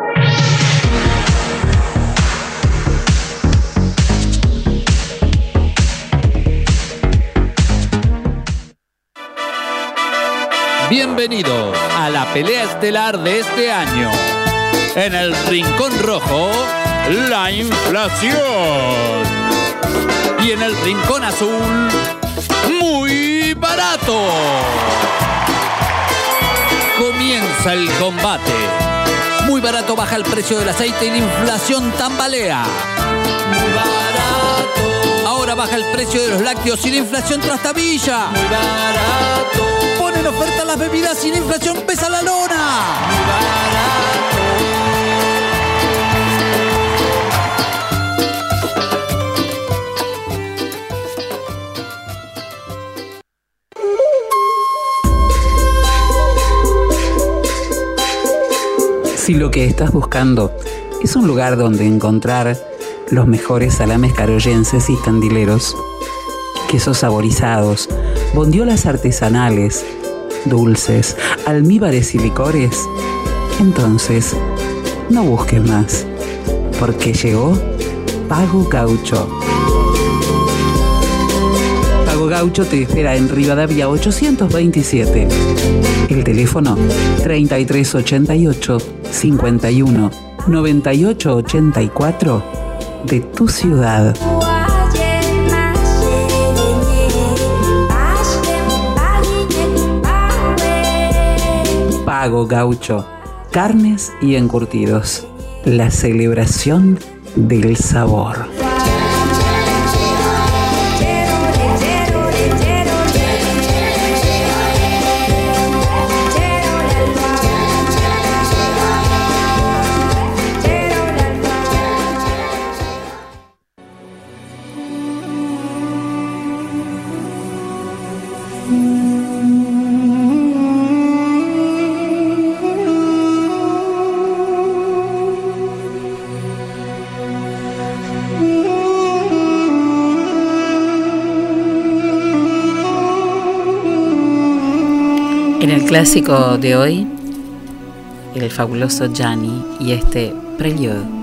Bienvenidos a la pelea estelar de este año. En el Rincón Rojo, la inflación. Y en el Rincón Azul, muy barato. Comienza el combate. Muy barato baja el precio del aceite y la inflación tambalea. Muy barato. Ahora baja el precio de los lácteos y la inflación trastabilla. Muy barato. Ponen oferta las bebidas y la inflación pesa la lona. Muy barato. Si lo que estás buscando es un lugar donde encontrar los mejores salames caroyenses y tandileros, quesos saborizados, bondiolas artesanales, dulces, almíbares y licores, entonces no busques más, porque llegó Pago Gaucho. Pago Gaucho te espera en Rivadavia 827. El teléfono 3388 51 98 84 de tu ciudad. Pago Gaucho, carnes y encurtidos. La celebración del sabor. En el clásico de hoy, el fabuloso Gianni y este Prelude.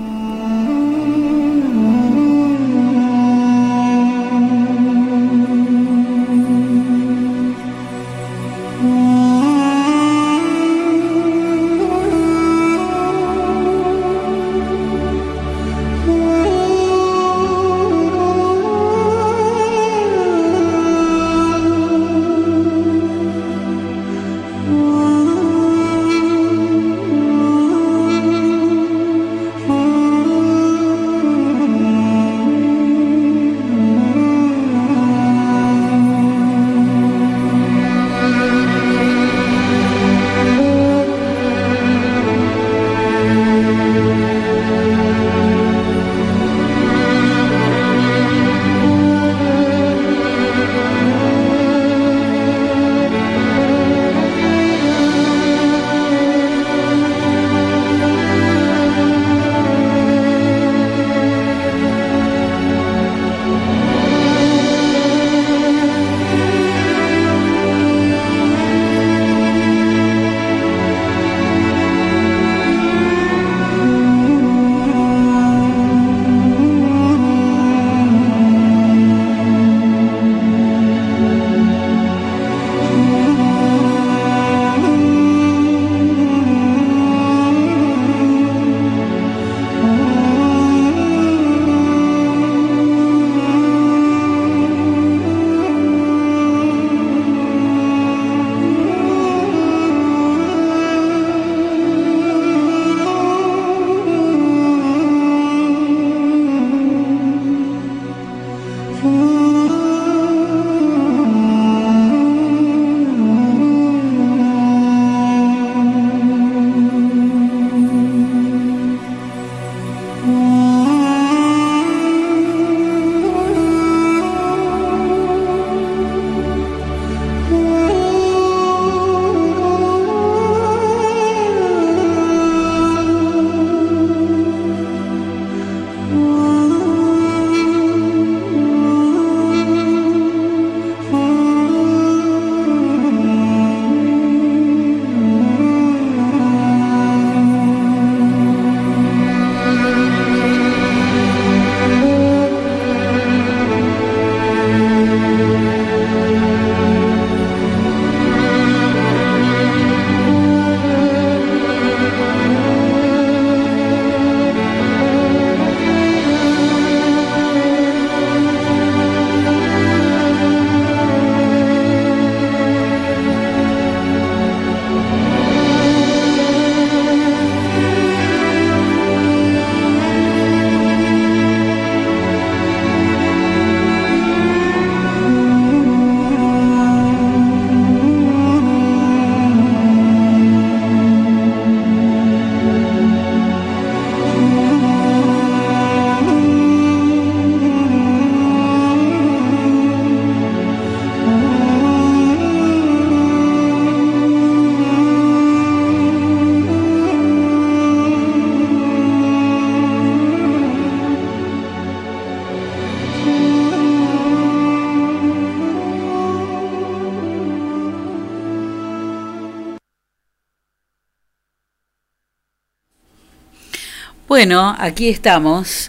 Bueno, aquí estamos,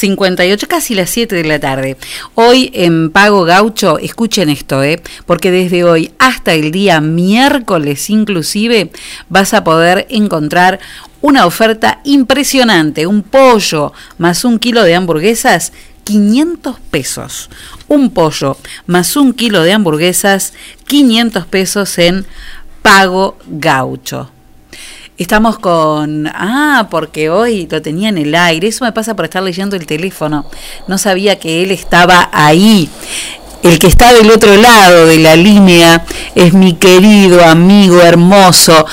58, casi las 7 de la tarde. Hoy en Pago Gaucho, escuchen esto, porque desde hoy hasta el día miércoles inclusive vas a poder encontrar una oferta impresionante, un pollo más 1 kilo de hamburguesas, 500 pesos. Un pollo más 1 kilo de hamburguesas, 500 pesos en Pago Gaucho. Estamos con... porque hoy lo tenía en el aire. Eso me pasa por estar leyendo el teléfono. No sabía que él estaba ahí. El que está del otro lado de la línea es mi querido amigo hermoso.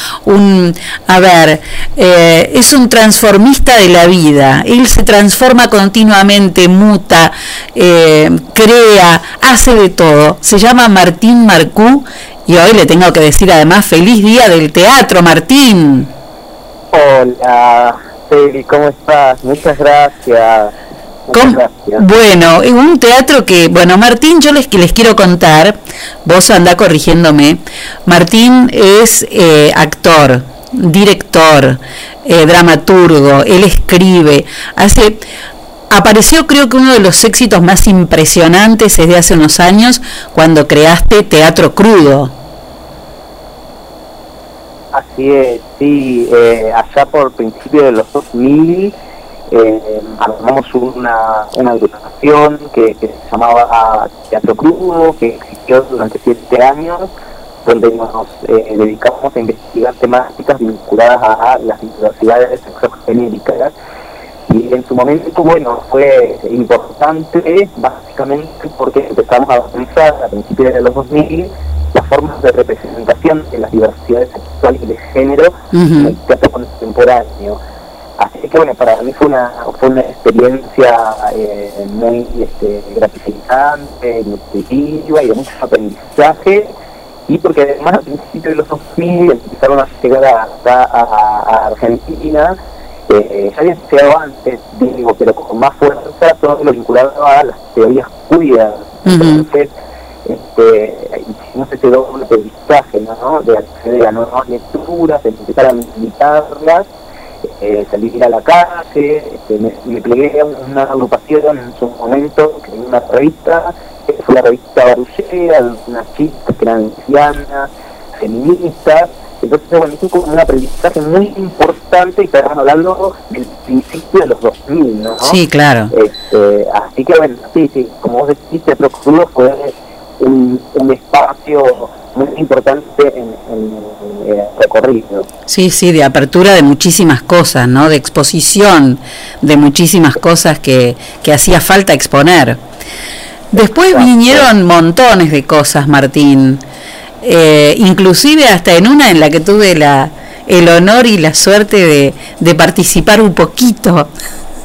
Es un transformista de la vida. Él se transforma continuamente, muta, crea, hace de todo. Se llama Martín Marcú. Y hoy le tengo que decir además, feliz día del teatro, Martín. Hola, Feli, ¿cómo estás? Muchas gracias. Bueno, es un teatro que, Martín, yo les quiero contar, vos andá corrigiéndome. Martín es actor, director, dramaturgo, él escribe, apareció creo que uno de los éxitos más impresionantes desde hace unos años cuando creaste Teatro Crudo. Así es, sí, allá por principios de los 2000 armamos una agrupación que se llamaba Teatro Crudo, que existió durante 7 años, donde nos dedicamos a investigar temáticas vinculadas a las diversidades sexogenéricas. Y en su momento, fue importante, básicamente porque empezamos a pensar a principios de los 2000 las formas de representación de las diversidades sexuales y de género en el teatro contemporáneo. Así que, para mí fue una experiencia muy gratificante, nutritiva y de mucho aprendizaje. Y porque además a principios de los 2000 empezaron a llegar a Argentina. Ya habían llegado antes, pero con más fuerza todo lo vinculado a las teorías queer. Entonces, hicimos ese doble aprendizaje, ¿no? De acceder a nuevas lecturas, de empezar a militarlas, salir a la calle. Me plegué a una agrupación en su momento, que tenía una revista, que fue la revista Barullera, de unas chicas que eran lesbianas, feministas. Entonces, fue como un aprendizaje muy importante, y estamos hablando del principio de los 2000, ¿no? Sí, claro. Así que, sí, como vos decís, Teatro Crudo fue un espacio muy importante en el recorrido. Sí, de apertura de muchísimas cosas, ¿no? De exposición de muchísimas cosas que hacía falta exponer. Después vinieron montones de cosas, Martín. Inclusive hasta en una en la que tuve el honor y la suerte de participar un poquito.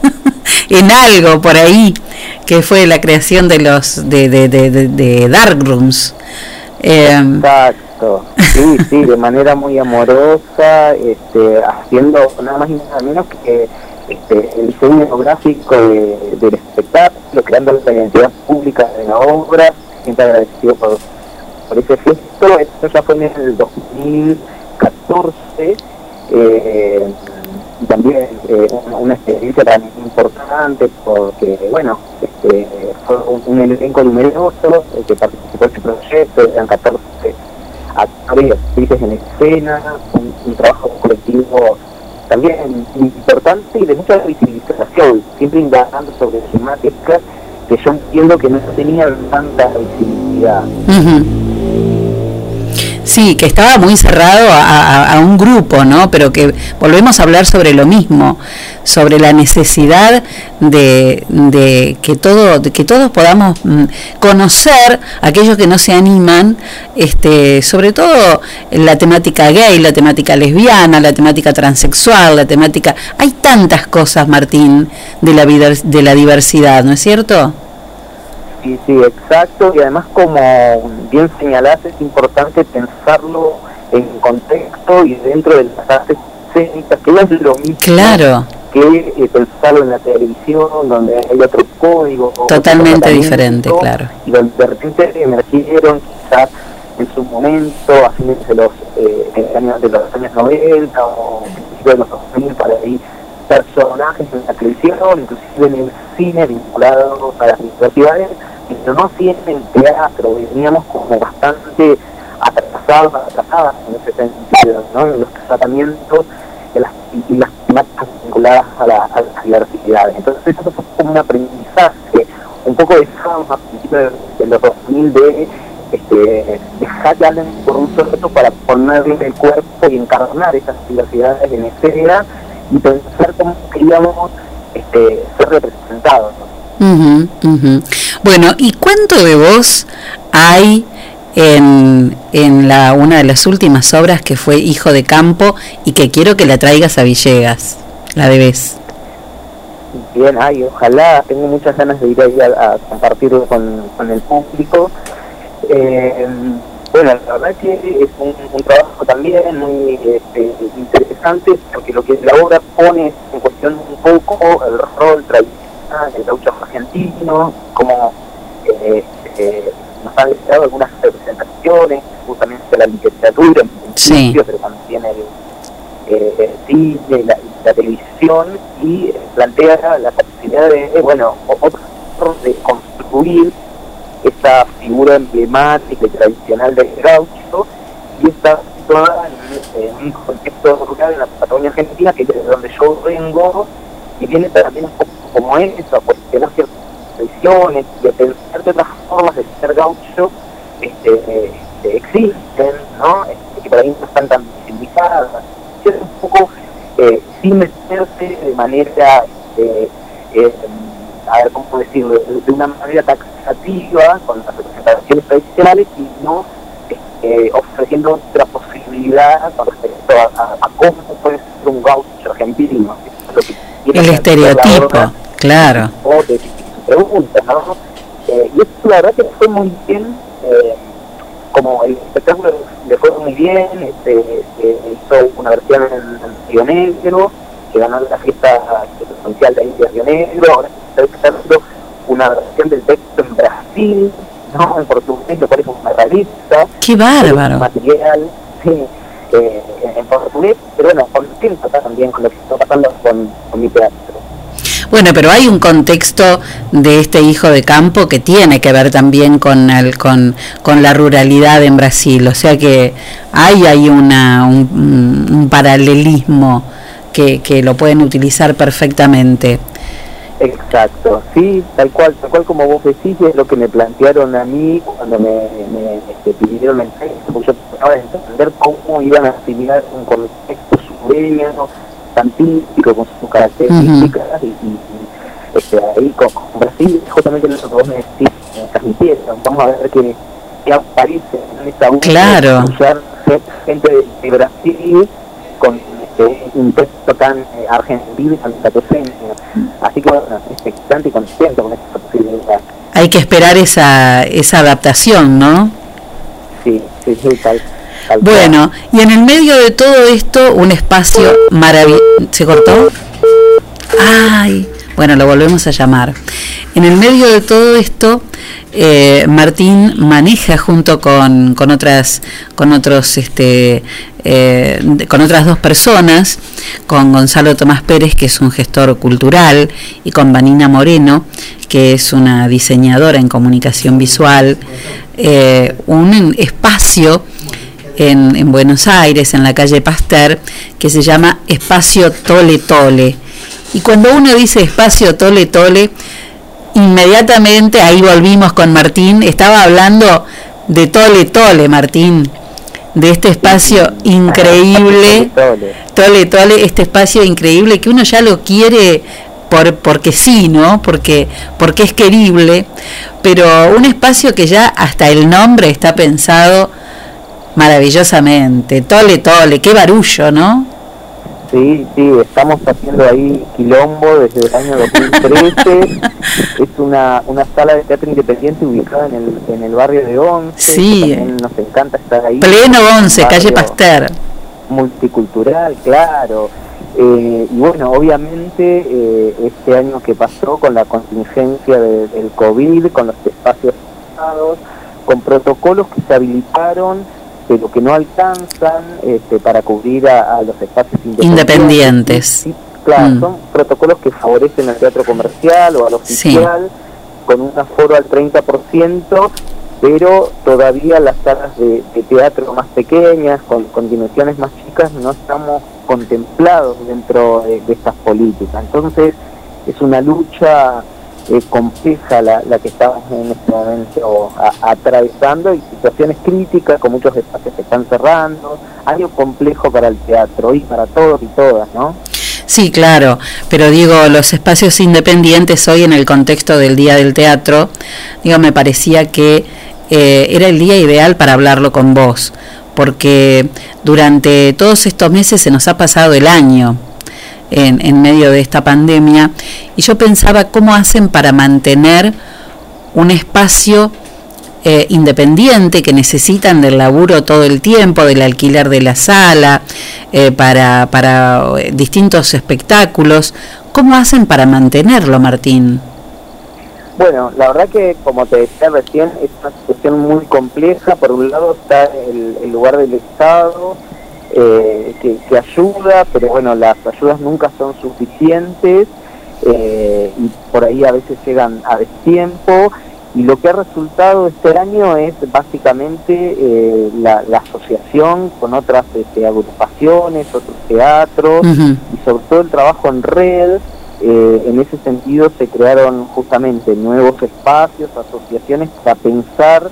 en algo por ahí, que fue la creación de los de Darkrooms. Exacto, sí, de manera muy amorosa, haciendo nada más y nada menos que el diseño gráfico del espectáculo, creando la identidad pública de la obra. Siempre agradecido por ese gesto. Esto ya fue en el 2014, y también una experiencia tan importante porque, bueno, fue un elenco numeroso que participó en este proyecto. Eran 14 actores y actrices en escena, un trabajo colectivo también importante y de mucha visibilización, siempre indagando sobre temáticas que yo entiendo que no tenían tanta visibilidad. Sí, que estaba muy cerrado a un grupo, ¿no? Pero que volvemos a hablar sobre lo mismo, sobre la necesidad de que todos podamos conocer a aquellos que no se animan, sobre todo la temática gay, la temática lesbiana, la temática transexual, la temática, hay tantas cosas, Martín, de la diversidad, ¿no es cierto? Sí, exacto, y además, como bien señalás, es importante pensarlo en contexto y dentro de las artes escénicas, que es lo mismo claro. que pensarlo en la televisión, donde hay otro código. Totalmente diferente, claro. Y donde de repente emergieron quizás en su momento, a fines de los años 90 o principios de los 2000, para ahí personajes en la televisión, inclusive en el cine, vinculados a las universidades, pero no así en el teatro. Veníamos como bastante atrasadas en ese sentido, ¿no? En los tratamientos y las temáticas vinculadas a las diversidades. Entonces eso fue como un aprendizaje. Un poco dejábamos a principios de los 2000 de dejar ya por un sujeto para ponerle el cuerpo y encarnar esas diversidades en escena y pensar cómo queríamos ser representados, ¿no? Bueno, ¿y cuánto de vos hay en una de las últimas obras, que fue Hijo de Campo, y que quiero que la traigas a Villegas? La debes. Bien, ojalá, tengo muchas ganas de ir ahí a compartirlo con el público. Bueno, la verdad es que es un trabajo también muy interesante, porque lo que la obra pone en cuestión un poco el rol tradicional del gaucho argentino, como nos han dado algunas representaciones, justamente de la literatura en principio, pero también el cine, la televisión, y plantea la posibilidad de, de construir esa figura emblemática y tradicional del gaucho, y está situada en un contexto rural en la Patagonia Argentina, que es de donde yo vengo, y viene también un poco como eso, a cuestionar ciertas tradiciones y a pensar que otras formas de ser gaucho existen, ¿no? Que por ahí no están tan visibilizadas. Es un poco sin meterse de manera a ver cómo decirlo, de una manera taxativa con las representaciones tradicionales, y no ofreciendo otra posibilidad con respecto a cómo puede ser un gaucho argentino. El estereotipo, claro. O de su pregunta, ¿no? Y eso la verdad que fue muy bien, como el espectáculo le fue muy bien, hizo una versión en Río Negro, que ganó la fiesta provincial de ahí de Río Negro. Ahora está haciendo una versión del texto en Brasil, ¿no? En portugués, lo cual es una realista. ¡Qué bárbaro! Material, sí, en portugués, pero bueno, contento también con lo que está pasando con mi teatro. Bueno, pero hay un contexto de este Hijo de Campo que tiene que ver también con la ruralidad en Brasil, o sea que hay un paralelismo que lo pueden utilizar perfectamente. Exacto, sí, tal cual como vos decís, es lo que me plantearon a mí cuando me pidieron el texto, porque yo trataba de entender cómo iban a asimilar un contexto sureño tan típico con sus características, y ahí con Brasil, justamente lo que vos me decís, me transmitieron. Vamos a ver qué aparece en esta claro. Escuchar gente de Brasil con un texto tan argentino y santateseño. Así que bueno, expectante y contento con esta posibilidad. Hay que esperar esa adaptación, ¿no? Sí, tal bueno, y en el medio de todo esto, un espacio maravilloso. ¿Se cortó? Ay, bueno, lo volvemos a llamar. En el medio de todo esto, Martín maneja junto con otras dos personas, con Gonzalo Tomás Pérez, que es un gestor cultural, y con Vanina Moreno, que es una diseñadora en comunicación visual, un espacio en Buenos Aires, en la calle Pasteur, que se llama Espacio Tole Tole. Y cuando uno dice Espacio Tole Tole, inmediatamente ahí volvimos con Martín. Estaba hablando de Tole Tole, Martín, de este espacio increíble, Tole Tole, este espacio increíble que uno ya lo quiere porque sí, ¿no? Porque es querible, pero un espacio que ya hasta el nombre está pensado maravillosamente. Tole Tole, qué barullo, ¿no? Sí, estamos haciendo ahí quilombo desde el año 2013. Es una sala de teatro independiente ubicada en el barrio de Once. Sí. Nos encanta estar ahí. Pleno Once, calle Pasteur. Multicultural, claro. Y bueno, obviamente este año que pasó con la contingencia del COVID, con los espacios cerrados, con protocolos que se habilitaron, pero que no alcanzan para cubrir a los espacios independientes. Sí, claro, son protocolos que favorecen al teatro comercial o al oficial, con un aforo al 30%, pero todavía las salas de teatro más pequeñas, con dimensiones más chicas, no estamos contemplados dentro de estas políticas. Entonces es una lucha compleja la que estamos en este momento atravesando, y situaciones críticas, con muchos espacios que están cerrando, año complejo para el teatro y para todos y todas, ¿no? Sí, claro, pero digo, los espacios independientes hoy en el contexto del Día del Teatro, me parecía que era el día ideal para hablarlo con vos, porque durante todos estos meses se nos ha pasado el año en medio de esta pandemia, y yo pensaba cómo hacen para mantener un espacio independiente, que necesitan del laburo todo el tiempo, del alquiler de la sala, para distintos espectáculos. ¿Cómo hacen para mantenerlo, Martín? Bueno, la verdad que, como te decía recién, es una situación muy compleja. Por un lado está el lugar del Estado, que ayuda, pero bueno, las ayudas nunca son suficientes, y por ahí a veces llegan a destiempo, y lo que ha resultado este año es básicamente la asociación con otras agrupaciones, otros teatros, y sobre todo el trabajo en red. En ese sentido se crearon justamente nuevos espacios, asociaciones, para pensar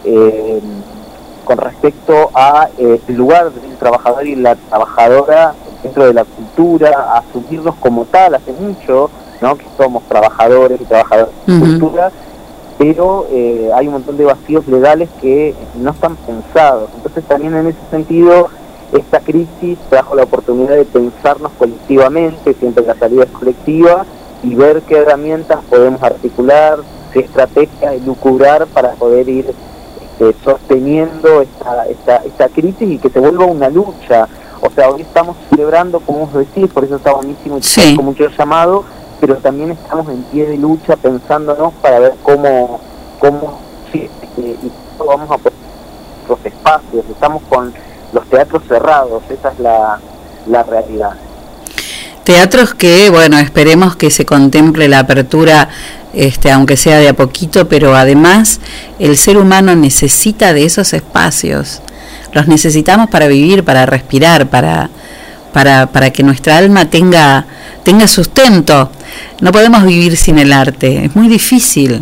con respecto a el lugar del trabajador y la trabajadora dentro de la cultura, asumirlos como tal. Hace mucho, ¿no?, que somos trabajadores y trabajadoras de cultura, pero hay un montón de vacíos legales que no están pensados. Entonces también en ese sentido esta crisis trajo la oportunidad de pensarnos colectivamente, siempre la salida es colectiva, y ver qué herramientas podemos articular, qué estrategias elucubrar para poder ir sosteniendo esta crisis y que se vuelva una lucha. O sea, hoy estamos celebrando, como vos decís, por eso está buenísimo y con mucho llamado, pero también estamos en pie de lucha pensándonos para ver cómo vamos a poner los espacios. Estamos con los teatros cerrados, esa es la realidad. Teatros que, bueno, esperemos que se contemple la apertura, aunque sea de a poquito, pero además el ser humano necesita de esos espacios. Los necesitamos para vivir, para respirar, para que nuestra alma tenga sustento. No podemos vivir sin el arte, es muy difícil.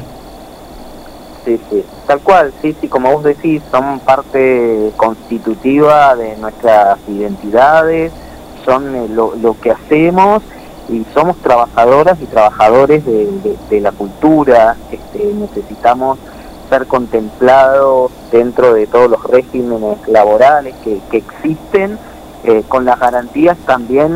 Sí, tal cual, sí, como vos decís, son parte constitutiva de nuestras identidades, son lo que hacemos, y somos trabajadoras y trabajadores de la cultura. Necesitamos ser contemplados dentro de todos los regímenes laborales que existen, con las garantías también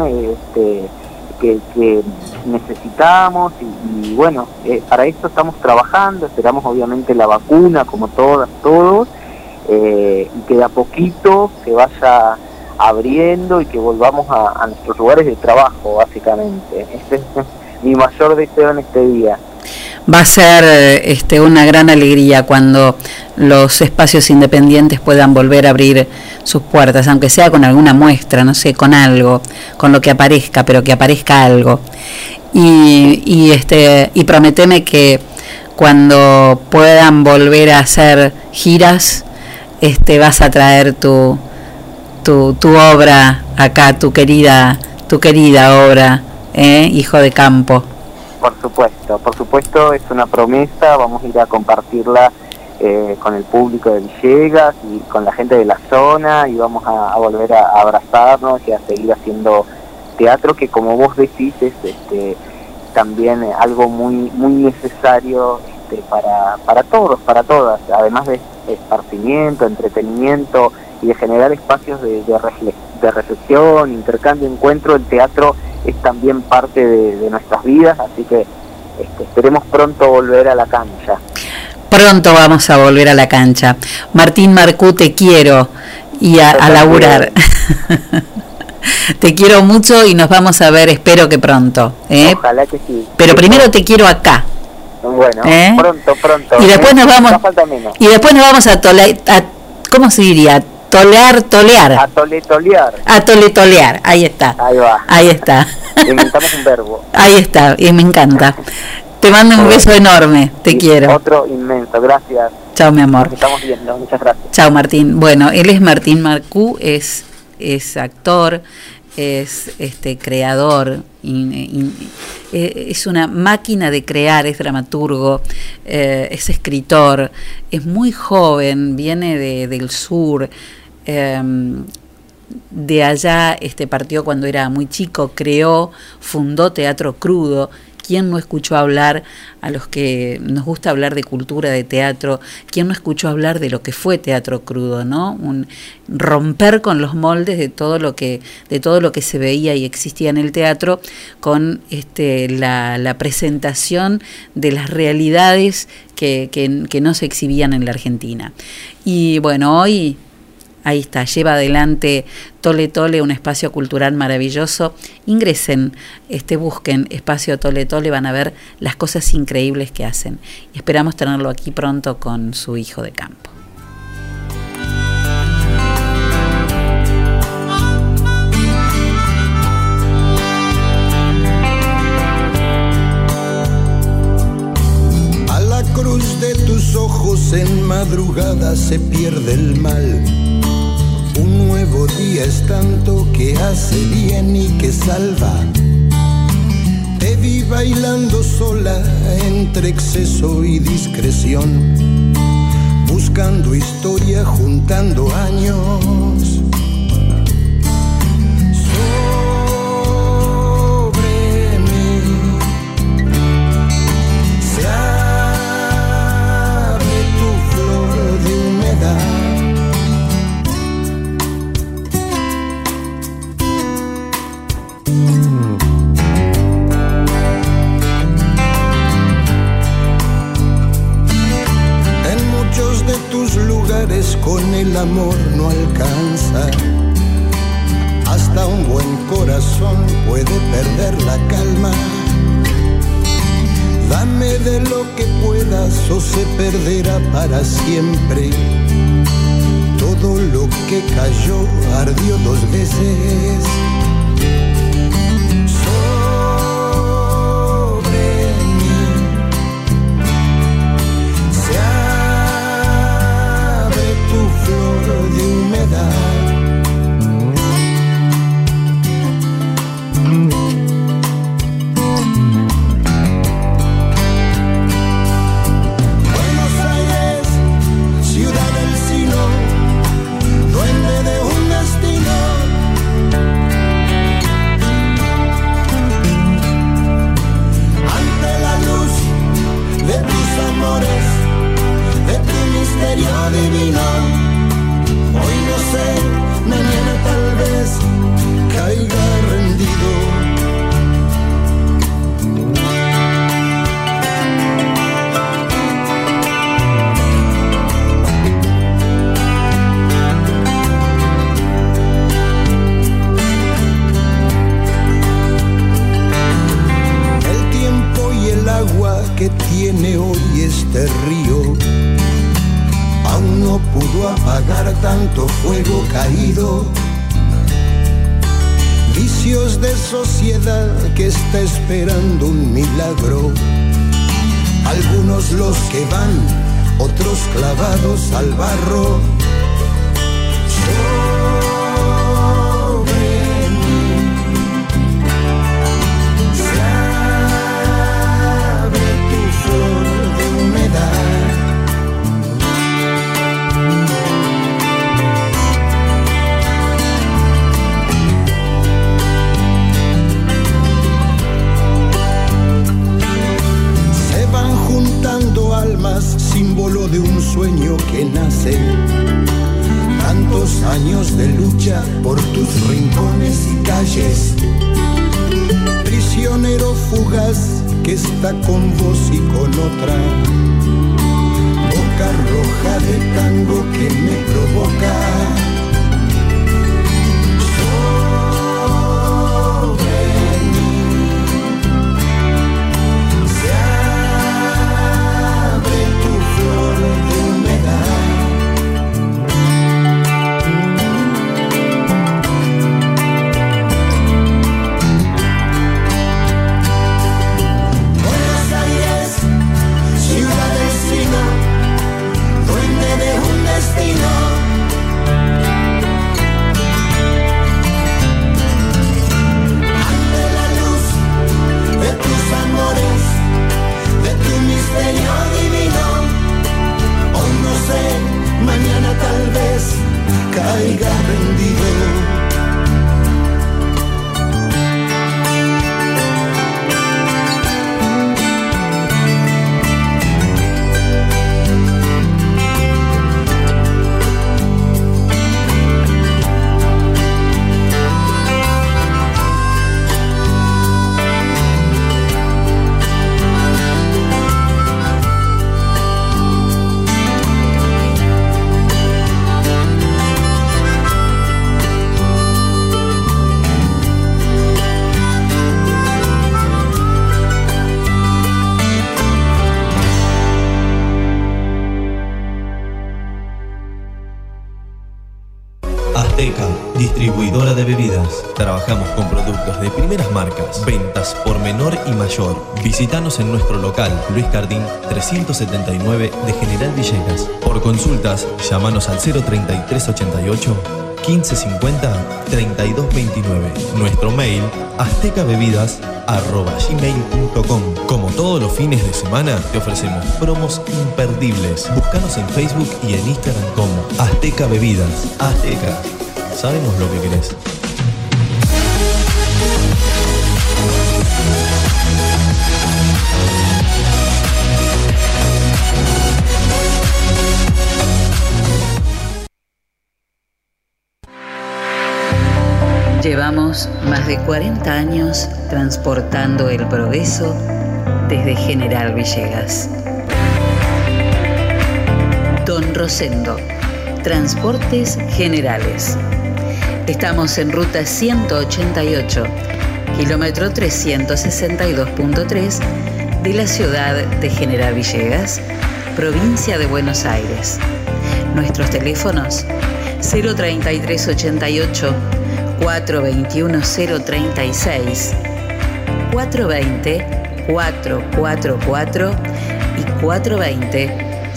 que necesitamos y bueno, para esto estamos trabajando, esperamos obviamente la vacuna como todos, y que de a poquito se vaya abriendo y que volvamos a nuestros lugares de trabajo, básicamente. Este es mi mayor deseo en este día. Va a ser una gran alegría cuando los espacios independientes puedan volver a abrir sus puertas, aunque sea con alguna muestra, no sé, con algo, con lo que aparezca, pero que aparezca algo. Y prométeme que cuando puedan volver a hacer giras, vas a traer tu obra acá, tu querida obra, Hijo de Campo. Por supuesto, es una promesa, vamos a ir a compartirla con el público de Villegas y con la gente de la zona, y vamos a volver a abrazarnos y a seguir haciendo teatro, que como vos decís es también algo muy necesario para todos, para todas, además de esparcimiento, entretenimiento y de generar espacios de reflexión, intercambio, encuentro. El teatro es también parte de nuestras vidas, así que esperemos pronto volver a la cancha. Pronto vamos a volver a la cancha. Martín Marcú, te quiero y a laburar. Te quiero mucho y nos vamos a ver, espero que pronto. Ojalá que sí. Pero primero te quiero acá. Bueno, pronto. Y después nos vamos. Y después nos vamos a ¿cómo se diría? Tolear. A toletolear. A toletolear, ahí está. Ahí va. Ahí está. Inventamos un verbo. Ahí está, y me encanta. Te mando un beso enorme, te quiero. Otro inmenso, gracias. Chao, mi amor. Nos estamos viendo, muchas gracias. Chao, Martín. Bueno, él es Martín Marcú, es actor, es creador, es una máquina de crear, es dramaturgo, es escritor, es muy joven, viene del sur, de allá partió cuando era muy chico, fundó Teatro Crudo. ¿Quién no escuchó hablar, a los que nos gusta hablar de cultura, de teatro, quién no escuchó hablar de lo que fue Teatro Crudo, ¿no? Un romper con los moldes de todo lo que se veía y existía en el teatro, con la presentación de las realidades que no se exhibían en la Argentina. Y bueno, hoy ahí está, lleva adelante Tole Tole, un espacio cultural maravilloso. Ingresen, busquen Espacio Tole Tole, van a ver las cosas increíbles que hacen. Y esperamos tenerlo aquí pronto con su Hijo de Campo. A la cruz de tus ojos en madrugada se pierde el mal. Un nuevo día es tanto que hace bien y que salva. Te vi bailando sola entre exceso y discreción, buscando historia, juntando años. Sobre mí se abre tu flor de humedad. Con el amor no alcanza, hasta un buen corazón puede perder la calma. Dame de lo que puedas o se perderá para siempre. Todo lo que cayó ardió 2 veces. que tiene hoy este río aún no pudo apagar tanto fuego caído. Vicios de sociedad que está esperando un milagro. Algunos los que van, otros clavados al barro. Símbolo de un sueño que nace. Tantos años de lucha por tus rincones y calles. Prisionero fugaz que está con vos y con otra. Boca roja de tango que me provoca. Caiga rendido. Azteca, distribuidora de bebidas. Trabajamos con productos de primeras marcas, ventas por menor y mayor. Visítanos en nuestro local, Luis Cardín 379 de General Villegas. Por consultas, llámanos al 03388 1550 3229. Nuestro mail, aztecabebidas@gmail.com. Como todos los fines de semana, te ofrecemos promos imperdibles. Búscanos en Facebook y en Instagram como Azteca Bebidas. Azteca, sabemos lo que querés. Llevamos más de 40 años transportando el progreso desde General Villegas. Don Rosendo, Transportes Generales. Estamos en ruta 188, kilómetro 362.3 de la ciudad de General Villegas, provincia de Buenos Aires. Nuestros teléfonos 03388 421 036, 420 444 y 420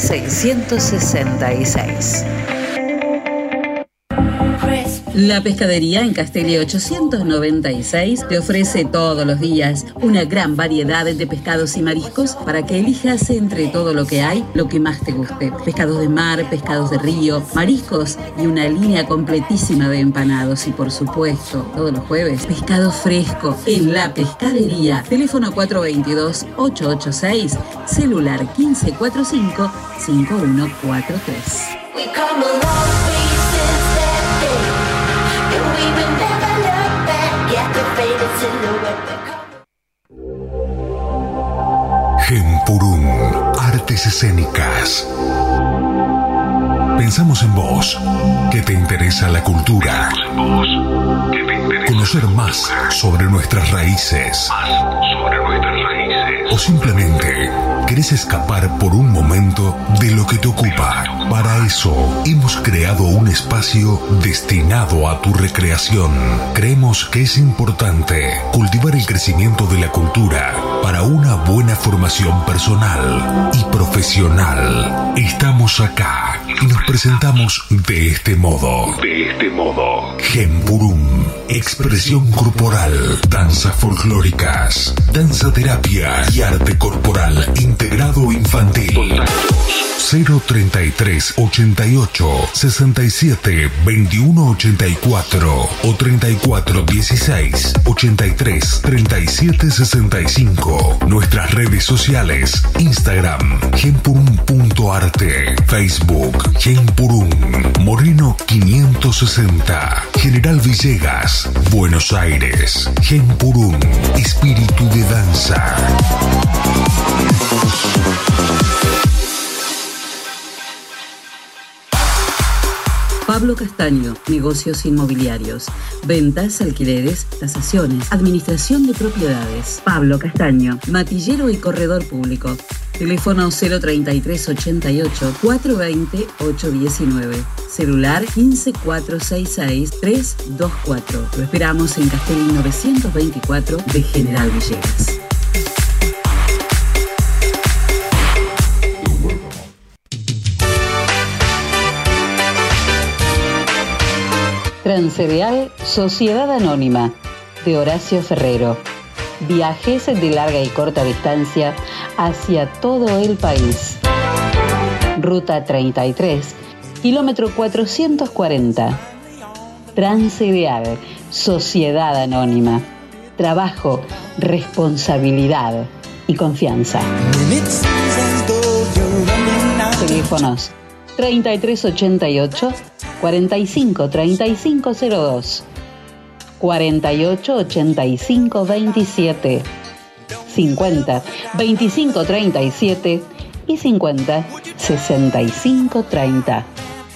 666. La Pescadería en Castelli 896 te ofrece todos los días una gran variedad de pescados y mariscos para que elijas entre todo lo que hay, lo que más te guste. Pescados de mar, pescados de río, mariscos y una línea completísima de empanados. Y por supuesto, todos los jueves, pescado fresco en La Pescadería. Teléfono 422-886, celular 1545-5143. Gempurún, artes escénicas. Pensamos en vos, que te interesa la cultura. Conocer más sobre nuestras raíces. o simplemente querés escapar por un momento de lo que te ocupa. Para eso hemos creado un espacio destinado a tu recreación. Creemos que es importante cultivar el crecimiento de la cultura para una buena formación personal y profesional. Estamos acá y nos presentamos de este modo. Gempurum, expresión corporal, danzas folclóricas, danza terapia y arte corporal integrado infantil. 033 88 67 21 84 o 34 16 83 37 65. Nuestras redes sociales: Instagram gempurum.arte, Facebook Gempurum, Moreno 560, General Villegas, Buenos Aires. Gempurum, espíritu de danza. Pablo Castaño, negocios inmobiliarios, ventas, alquileres, tasaciones, administración de propiedades. Pablo Castaño, matillero y corredor público. Teléfono 033 88 420 819. Celular 15466 324. Lo esperamos en Castelli 924 de General Villegas. Transcereal Sociedad Anónima de Horacio Ferrero. Viajes de larga y corta distancia hacia todo el país. Ruta 33, kilómetro 440. Transcereal Sociedad Anónima. Trabajo, responsabilidad y confianza. Teléfonos 3388 45 3502, 48 85 27, 50 25 37 y 50 65 30.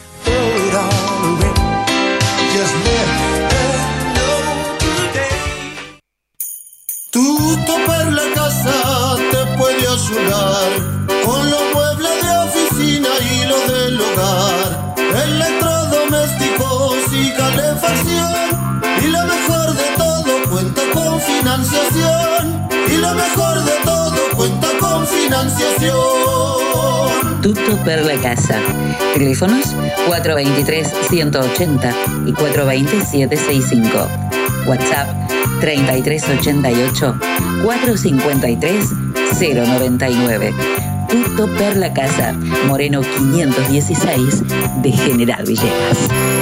Tutto per la casa te puede ayudar con los muebles de oficina y los del hogar, electrodomésticos y calefacción. Y lo mejor de todo cuenta con financiación. Y lo mejor de todo cuenta con financiación. Tutto per la casa. Teléfonos 423-180 y 420-765. WhatsApp 3388-453-099. Tutto per la casa. Moreno 516 de General Villegas.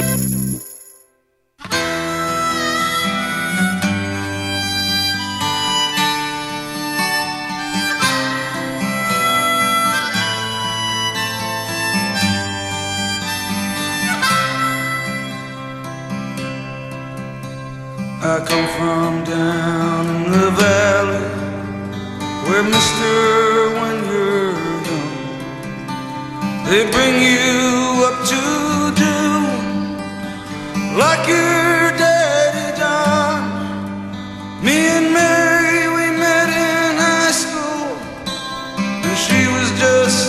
I come from down in the valley where mister, when you're young, they bring you up to do like your daddy done. Me and Mary, we met in high school and she was just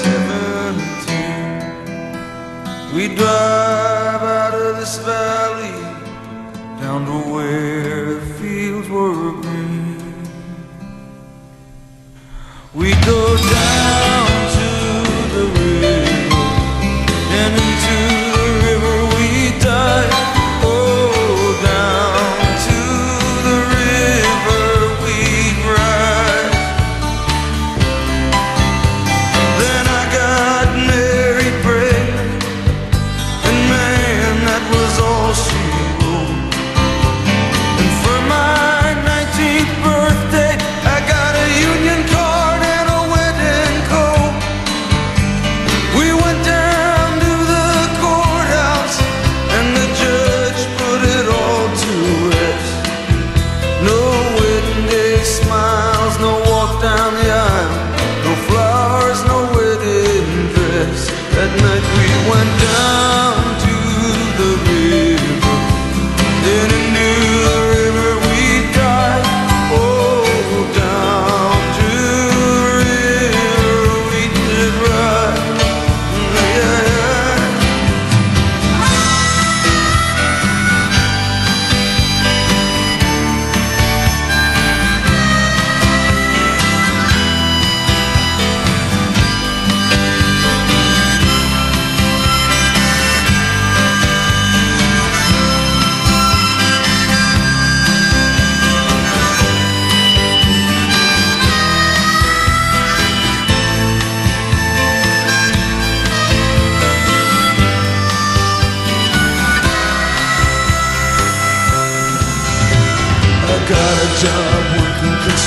17. We drive out of this valley down to where fields were green. We go down to the river, and into the river we dive. Oh, down to the river we ride. Then I got married pregnant, and man, that was all she wrote. And for my 19th birthday, I got a union card and a wedding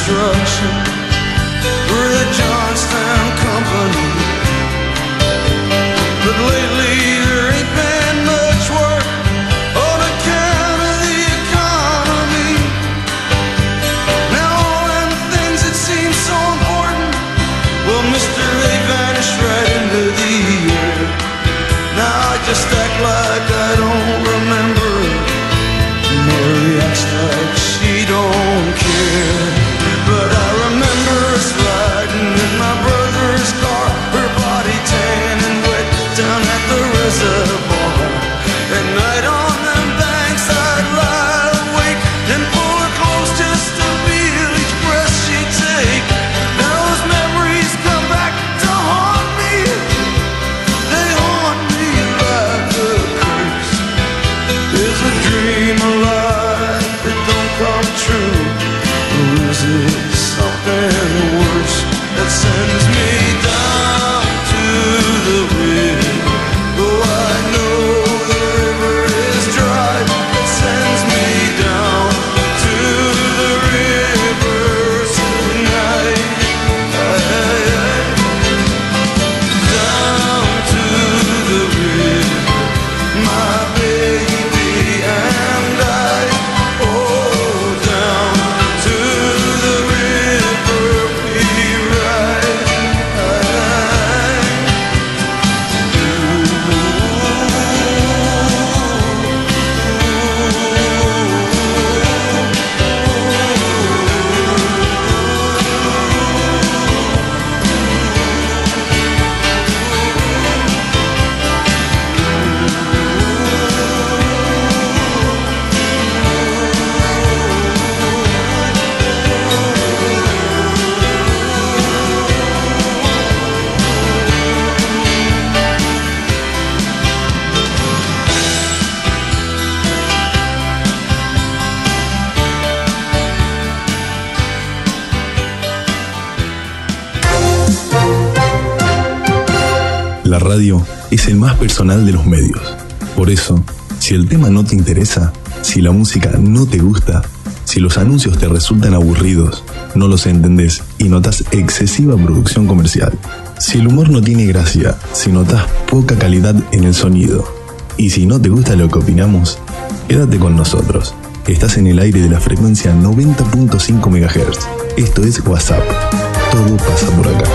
construction for the Johnstown Company. But lately there ain't been much work on account of the economy. Now all them things that seem so important, well, Mr. A vanished right into the air. Now I just act like I don't remember. Mary acts like she don't care. But I remember us riding in my brother's car, her body tan and wet down at the reservoir. At night on them banks I'd lie awake and pull her close just to feel each breath she'd take. Now those memories come back to haunt me. They haunt me like a curse. Is a dream alive that don't come true? Or is it something worse that sends me down to the river? Oh, I know the river is dry. It sends me down to the river tonight. Down to the river, my baby and I. Oh, down to the river we ride. La radio es el más personal de los medios. Por eso, si el tema no te interesa, si la música no te gusta, si los anuncios te resultan aburridos, no los entendés y notas excesiva producción comercial, si el humor no tiene gracia, si notas poca calidad en el sonido, y si no te gusta lo que opinamos, quédate con nosotros. Estás en el aire de la frecuencia 90.5 MHz. Esto es WhatsApp. Todo pasa por acá.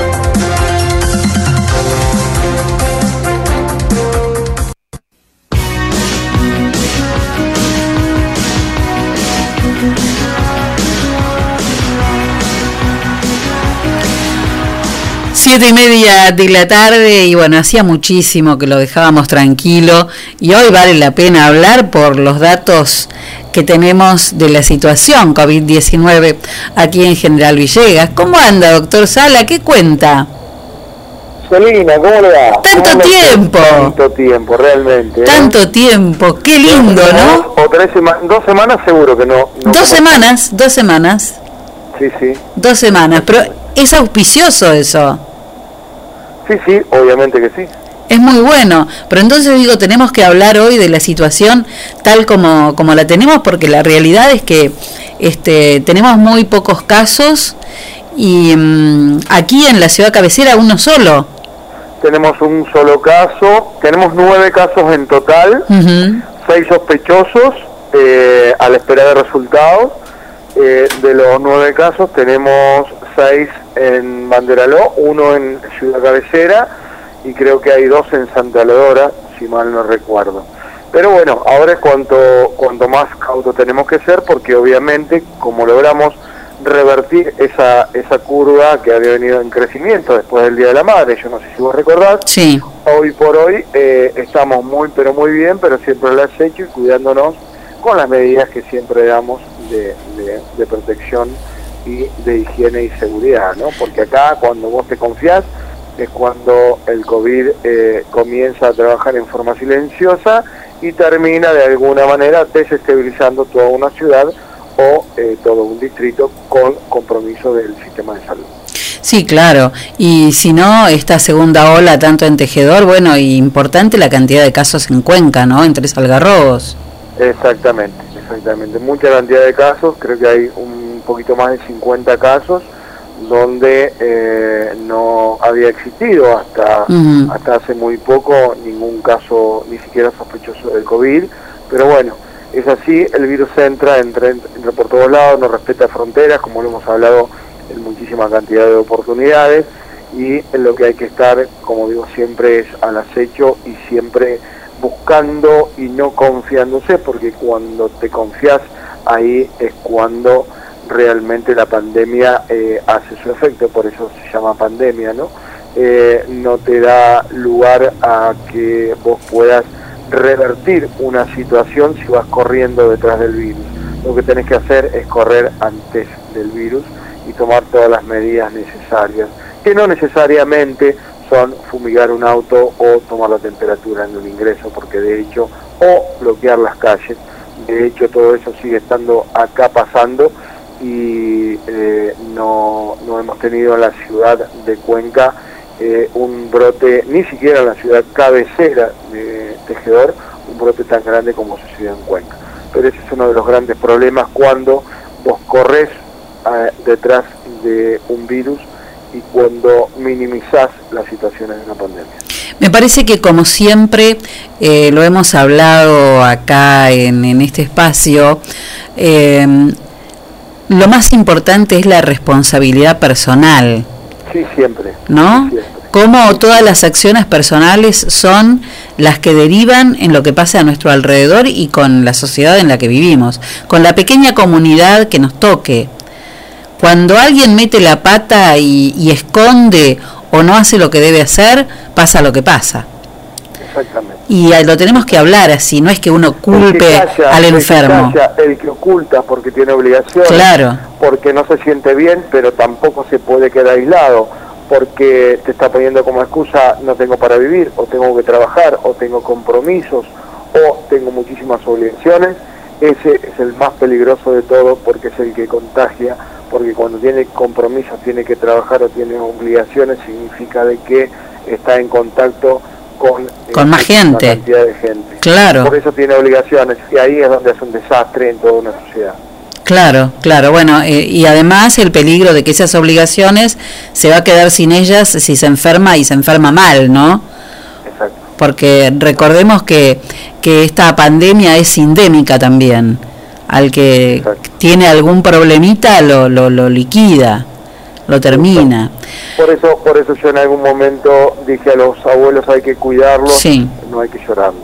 Siete y media de la tarde y bueno, hacía muchísimo que lo dejábamos tranquilo y hoy vale la pena hablar por los datos que tenemos de la situación COVID-19 aquí en General Villegas. ¿Cómo anda, doctor Sala? ¿Qué cuenta? Celina, ¿cómo le va? Tanto tiempo. Tanto tiempo, realmente. Tanto tiempo, qué lindo, ¿no? O 2 semanas seguro que no. 2 semanas, 2 semanas. Sí, sí. 2 semanas, pero es auspicioso eso. Sí, sí, obviamente que sí. Es muy bueno, pero entonces digo, tenemos que hablar hoy de la situación tal como la tenemos, porque la realidad es que tenemos muy pocos casos y aquí en la ciudad cabecera uno solo. Tenemos un solo caso, tenemos 9 casos en total, 6 sospechosos a la espera de resultados. De los 9 casos tenemos 6 en Banderaló, 1 en Ciudad Cabecera y creo que hay 2 en Santa Leodora, si mal no recuerdo. Pero bueno, ahora es cuanto más cauto tenemos que ser, porque obviamente como logramos revertir esa curva que había venido en crecimiento después del Día de la Madre, yo no sé si vos recordás, sí. Hoy por hoy estamos muy bien, pero siempre al acecho y cuidándonos con las medidas que siempre damos de protección y de higiene y seguridad, ¿no? Porque acá cuando vos te confiás es cuando el COVID comienza a trabajar en forma silenciosa y termina de alguna manera desestabilizando toda una ciudad o todo un distrito con compromiso del sistema de salud. Sí, claro, y si no, esta segunda ola tanto en Tejedor, bueno, y importante la cantidad de casos en Cuenca, ¿no? En Tres Algarrobos. Exactamente, mucha cantidad de casos, creo que hay un poquito más de 50 casos donde no había existido hasta hace muy poco ningún caso ni siquiera sospechoso del COVID, pero bueno, es así, el virus entra por todos lados, no respeta fronteras, como lo hemos hablado en muchísima cantidad de oportunidades, y en lo que hay que estar, como digo siempre, es al acecho y siempre buscando y no confiándose, porque cuando te confías, ahí es cuando realmente la pandemia hace su efecto, por eso se llama pandemia, ¿no? No te da lugar a que vos puedas revertir una situación si vas corriendo detrás del virus. Lo que tenés que hacer es correr antes del virus y tomar todas las medidas necesarias, que no necesariamente son fumigar un auto o tomar la temperatura en un ingreso, porque de hecho, o bloquear las calles, de hecho todo eso sigue estando acá pasando, y no hemos tenido en la ciudad de Cuenca un brote, ni siquiera en la ciudad cabecera de Tejedor, un brote tan grande como sucedió en Cuenca. Pero ese es uno de los grandes problemas cuando vos corres detrás de un virus y cuando minimizás las situaciones de una pandemia. Me parece que, como siempre, lo hemos hablado acá en este espacio, lo más importante es la responsabilidad personal. Sí, siempre. ¿No? Siempre. Cómo todas las acciones personales son las que derivan en lo que pasa a nuestro alrededor y con la sociedad en la que vivimos, con la pequeña comunidad que nos toque. Cuando alguien mete la pata y esconde o no hace lo que debe hacer, pasa lo que pasa. Exactamente. Y lo tenemos que hablar así, no es que uno culpe al enfermo. El que oculta porque tiene obligaciones, claro, porque no se siente bien, pero tampoco se puede quedar aislado, porque te está poniendo como excusa, no tengo para vivir, o tengo que trabajar, o tengo compromisos, o tengo muchísimas obligaciones. Ese es el más peligroso de todo, porque es el que contagia, porque cuando tiene compromisos, tiene que trabajar o tiene obligaciones, significa de que está en contacto con más gente, una cantidad de gente. Claro. Por eso tiene obligaciones, y ahí es donde es un desastre en toda una sociedad. Claro, claro, bueno, y además el peligro de que esas obligaciones se va a quedar sin ellas si se enferma y se enferma mal, ¿no? Exacto. Porque recordemos que esta pandemia es endémica también. Al que tiene algún problemita lo liquida, lo termina. Por eso yo en algún momento dije a los abuelos, hay que cuidarlos, sí, no hay que llorarlos.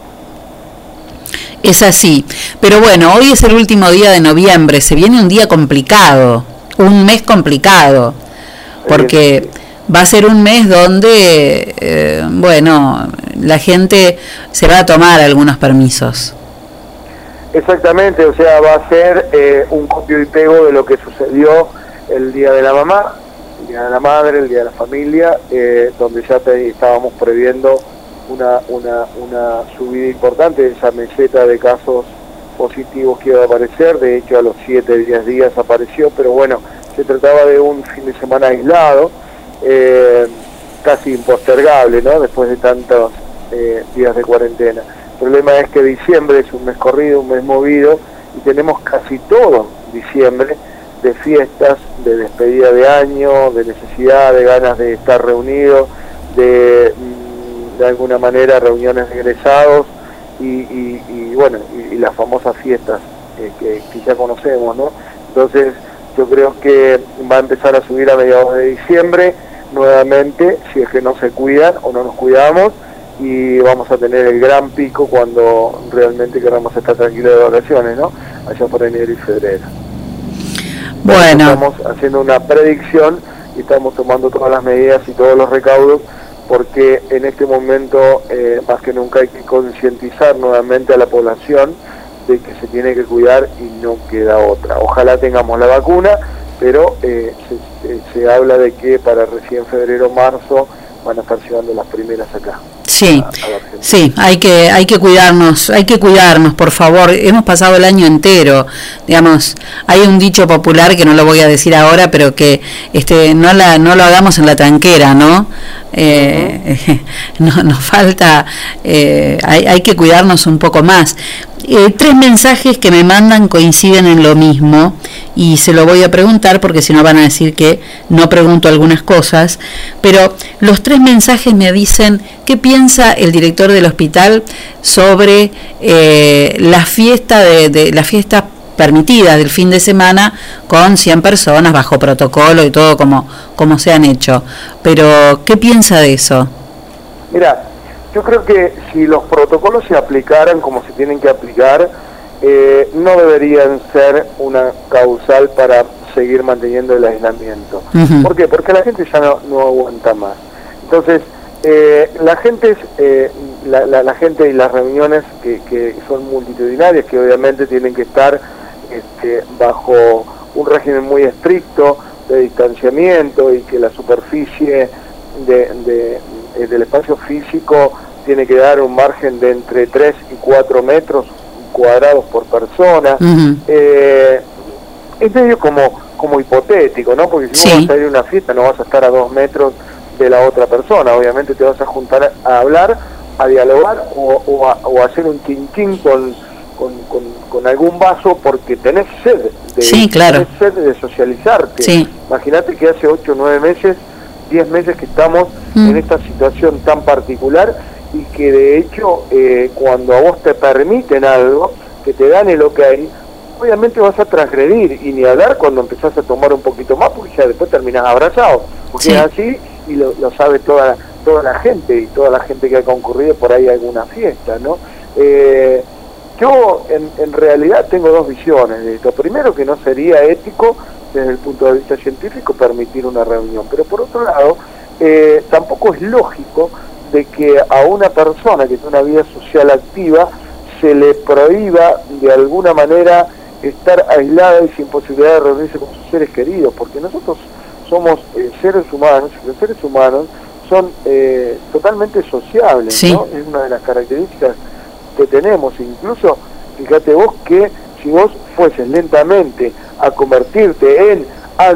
Es así, pero bueno, hoy es el último día de noviembre, se viene un día complicado, un mes complicado, porque va a ser un mes donde, bueno, la gente se va a tomar algunos permisos. Exactamente, o sea, va a ser un copio y pego de lo que sucedió el Día de la Mamá, el Día de la Madre, el Día de la Familia, donde ya estábamos previendo una subida importante de esa meseta de casos positivos que iba a aparecer. De hecho, a los 7-10 días apareció, pero bueno, se trataba de un fin de semana aislado, casi impostergable, ¿no? Después de tantos días de cuarentena. El problema es que diciembre es un mes corrido, un mes movido, y tenemos casi todo diciembre de fiestas, de despedida de año, de necesidad, de ganas de estar reunidos, de alguna manera reuniones de egresados y bueno, y las famosas fiestas que ya conocemos, ¿no? Entonces yo creo que va a empezar a subir a mediados de diciembre nuevamente, si es que no se cuidan o no nos cuidamos, y vamos a tener el gran pico cuando realmente queramos estar tranquilos de vacaciones, ¿no? Allá por enero y febrero. Bueno, estamos haciendo una predicción y estamos tomando todas las medidas y todos los recaudos, porque en este momento más que nunca hay que concientizar nuevamente a la población de que se tiene que cuidar y no queda otra. Ojalá tengamos la vacuna, pero se habla de que para recién febrero o marzo van a estar llegando las primeras acá. Sí, sí, hay que cuidarnos, por favor. Hemos pasado el año entero, digamos, hay un dicho popular que no lo voy a decir ahora, pero que no lo hagamos en la tranquera, ¿no? Nos falta, hay que cuidarnos un poco más. 3 mensajes que me mandan coinciden en lo mismo y se lo voy a preguntar porque si no van a decir que no pregunto algunas cosas, pero los 3 mensajes me dicen qué piensa el director del hospital sobre la fiesta la fiesta permitida del fin de semana con 100 personas bajo protocolo y todo como se han hecho, pero ¿qué piensa de eso? Mira, yo creo que si los protocolos se aplicaran como se tienen que aplicar, no deberían ser una causal para seguir manteniendo el aislamiento. Uh-huh. ¿Por qué? Porque la gente ya no aguanta más. Entonces, la gente y las reuniones que son multitudinarias, que obviamente tienen que estar bajo un régimen muy estricto de distanciamiento y que la superficie del espacio físico tiene que dar un margen de entre 3 y 4 metros cuadrados por persona. Uh-huh. Es medio como hipotético, ¿no? Porque si vos vas a ir a una fiesta no vas a estar a 2 metros de la otra persona, obviamente te vas a juntar a hablar, a dialogar o a hacer un chinchín con algún vaso porque tenés sed tenés sed de socializarte. Sí. Imagínate que hace 8 o 9 meses 10 meses que estamos en esta situación tan particular y que de hecho cuando a vos te permiten algo, que te dan el ok, obviamente vas a transgredir y ni hablar cuando empezás a tomar un poquito más porque ya después terminás abrazado, porque es así y lo sabe toda la gente y toda la gente que ha concurrido por ahí a alguna fiesta, ¿no? Yo en realidad tengo 2 visiones de esto. Primero, que no sería ético desde el punto de vista científico permitir una reunión, pero por otro lado tampoco es lógico de que a una persona que tiene una vida social activa se le prohíba de alguna manera estar aislada y sin posibilidad de reunirse con sus seres queridos, porque nosotros somos seres humanos y los seres humanos son totalmente sociables, ¿no? Es una de las características que tenemos. Incluso fíjate vos que si vos fueses lentamente a convertirte en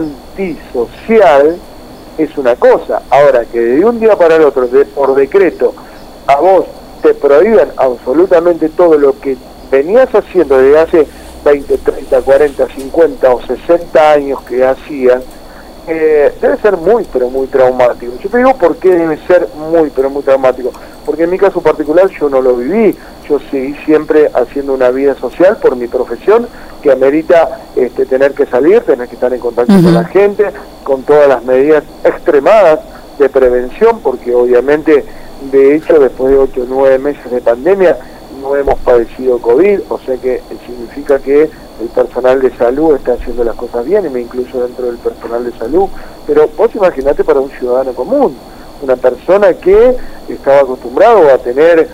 antisocial es una cosa, ahora que de un día para el otro por decreto a vos te prohíban absolutamente todo lo que venías haciendo desde hace 20, 30, 40, 50 o 60 años que hacías, debe ser muy pero muy traumático. Yo te digo por qué debe ser muy pero muy traumático, porque en mi caso particular yo no lo viví, yo seguí siempre haciendo una vida social por mi profesión que amerita tener que salir, tener que estar en contacto con la gente, con todas las medidas extremadas de prevención, porque obviamente de hecho después de 8 o 9 meses de pandemia no hemos padecido COVID, o sea que significa que el personal de salud está haciendo las cosas bien y me incluyo dentro del personal de salud, pero vos imaginate para un ciudadano común, una persona que estaba acostumbrado a tener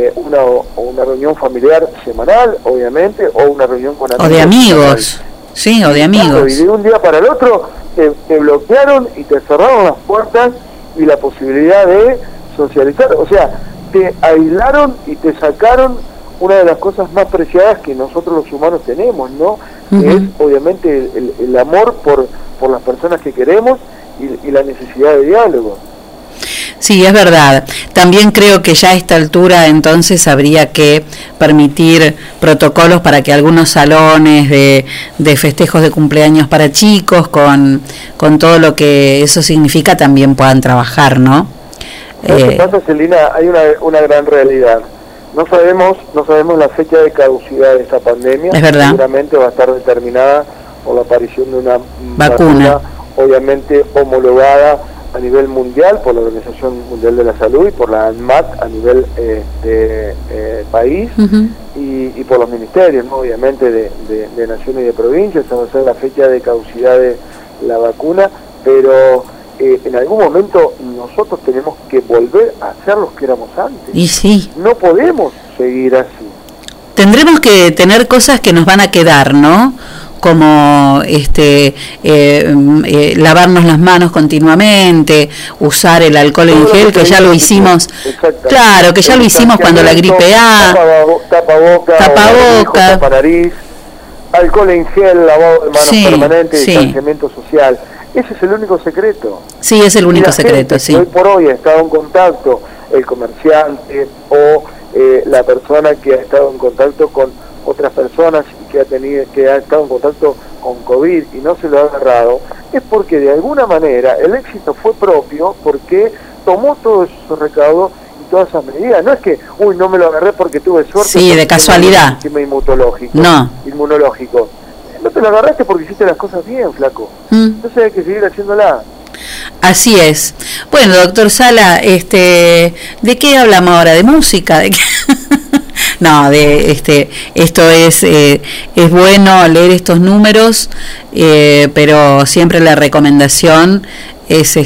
una reunión familiar semanal, obviamente, o una reunión con amigos. O de amigos, sí, o de amigos. Claro, y de un día para el otro te bloquearon y te cerraron las puertas y la posibilidad de socializar, o sea, te aislaron y te sacaron una de las cosas más preciadas que nosotros los humanos tenemos, ¿no? Que es obviamente el amor por las personas que queremos y la necesidad de diálogo. Sí, es verdad. También creo que ya a esta altura entonces habría que permitir protocolos para que algunos salones de festejos de cumpleaños para chicos, con todo lo que eso significa, también puedan trabajar, ¿no? Lo que pasa, Celina, hay una gran realidad. No sabemos la fecha de caducidad de esta pandemia. Es verdad. Seguramente va a estar determinada por la aparición de una vacuna obviamente homologada a nivel mundial por la Organización Mundial de la Salud y por la ANMAT a nivel país y por los ministerios, ¿no? Obviamente de nación y de provincia. Esa va a ser la fecha de caducidad de la vacuna, pero en algún momento nosotros tenemos que volver a ser los que éramos antes. Y sí. No podemos seguir así. Tendremos que tener cosas que nos van a quedar, ¿no? como lavarnos las manos continuamente, usar el alcohol en gel, que ya lo hicimos. Claro, que ya lo hicimos cuando la gripe A. Tapaboca, tapanariz, alcohol en gel, lavado de manos permanente, distanciamiento social. Ese es el único secreto. Sí, es el único secreto, sí. Hoy por hoy ha estado en contacto el comerciante o la persona que ha estado en contacto con otras personas y que ha estado en contacto con COVID y no se lo ha agarrado, es porque de alguna manera el éxito fue propio, porque tomó todos esos recaudos y todas esas medidas. No es que, no me lo agarré porque tuve suerte. Sí, de casualidad. Sistema inmunológico. No te lo agarraste porque hiciste las cosas bien, flaco. Entonces hay que seguir haciéndola. Así es. Bueno, doctor Sala, ¿de qué hablamos ahora? ¿De música? ¿De qué? No, esto es bueno leer estos números, pero siempre la recomendación es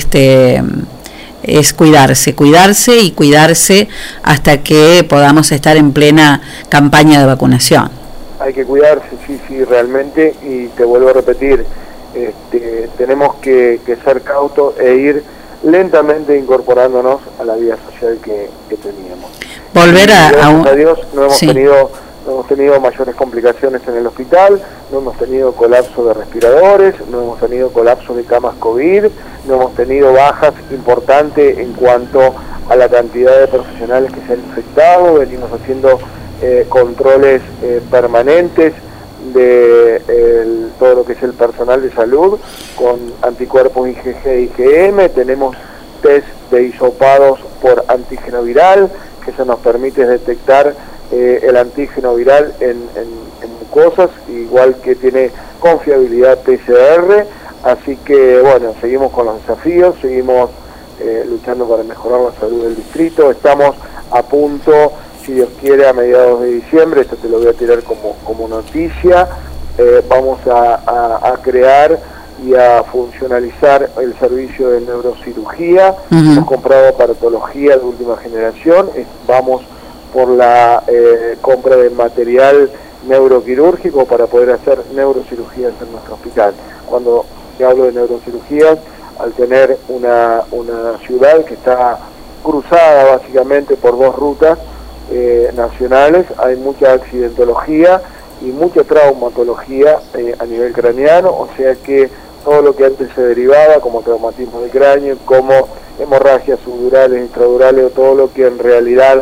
cuidarse hasta que podamos estar en plena campaña de vacunación. Hay que cuidarse, sí, realmente, y te vuelvo a repetir, tenemos que ser cautos e ir lentamente incorporándonos a la vida social que teníamos. Gracias a Dios no hemos tenido mayores complicaciones en el hospital, no hemos tenido colapso de respiradores, no hemos tenido colapso de camas COVID, no hemos tenido bajas importantes en cuanto a la cantidad de profesionales que se han infectado. Venimos haciendo controles permanentes de todo lo que es el personal de salud con anticuerpos IgG e IgM. Tenemos test de hisopados por antígeno viral, que eso nos permite detectar el antígeno viral en mucosas, igual que tiene confiabilidad PCR. Así que bueno, seguimos con los desafíos, seguimos luchando para mejorar la salud del distrito. Estamos a punto, si Dios quiere, a mediados de diciembre, esto te lo voy a tirar como noticia, vamos a crear y a funcionalizar el servicio de neurocirugía. Hemos comprado aparatología de última generación, vamos por la compra de material neuroquirúrgico para poder hacer neurocirugías en nuestro hospital. Cuando te hablo de neurocirugías, al tener una ciudad que está cruzada básicamente por dos rutas nacionales, hay mucha accidentología y mucha traumatología a nivel craneano, o sea que todo lo que antes se derivaba como traumatismo de cráneo, como hemorragias subdurales, extradurales, o todo lo que en realidad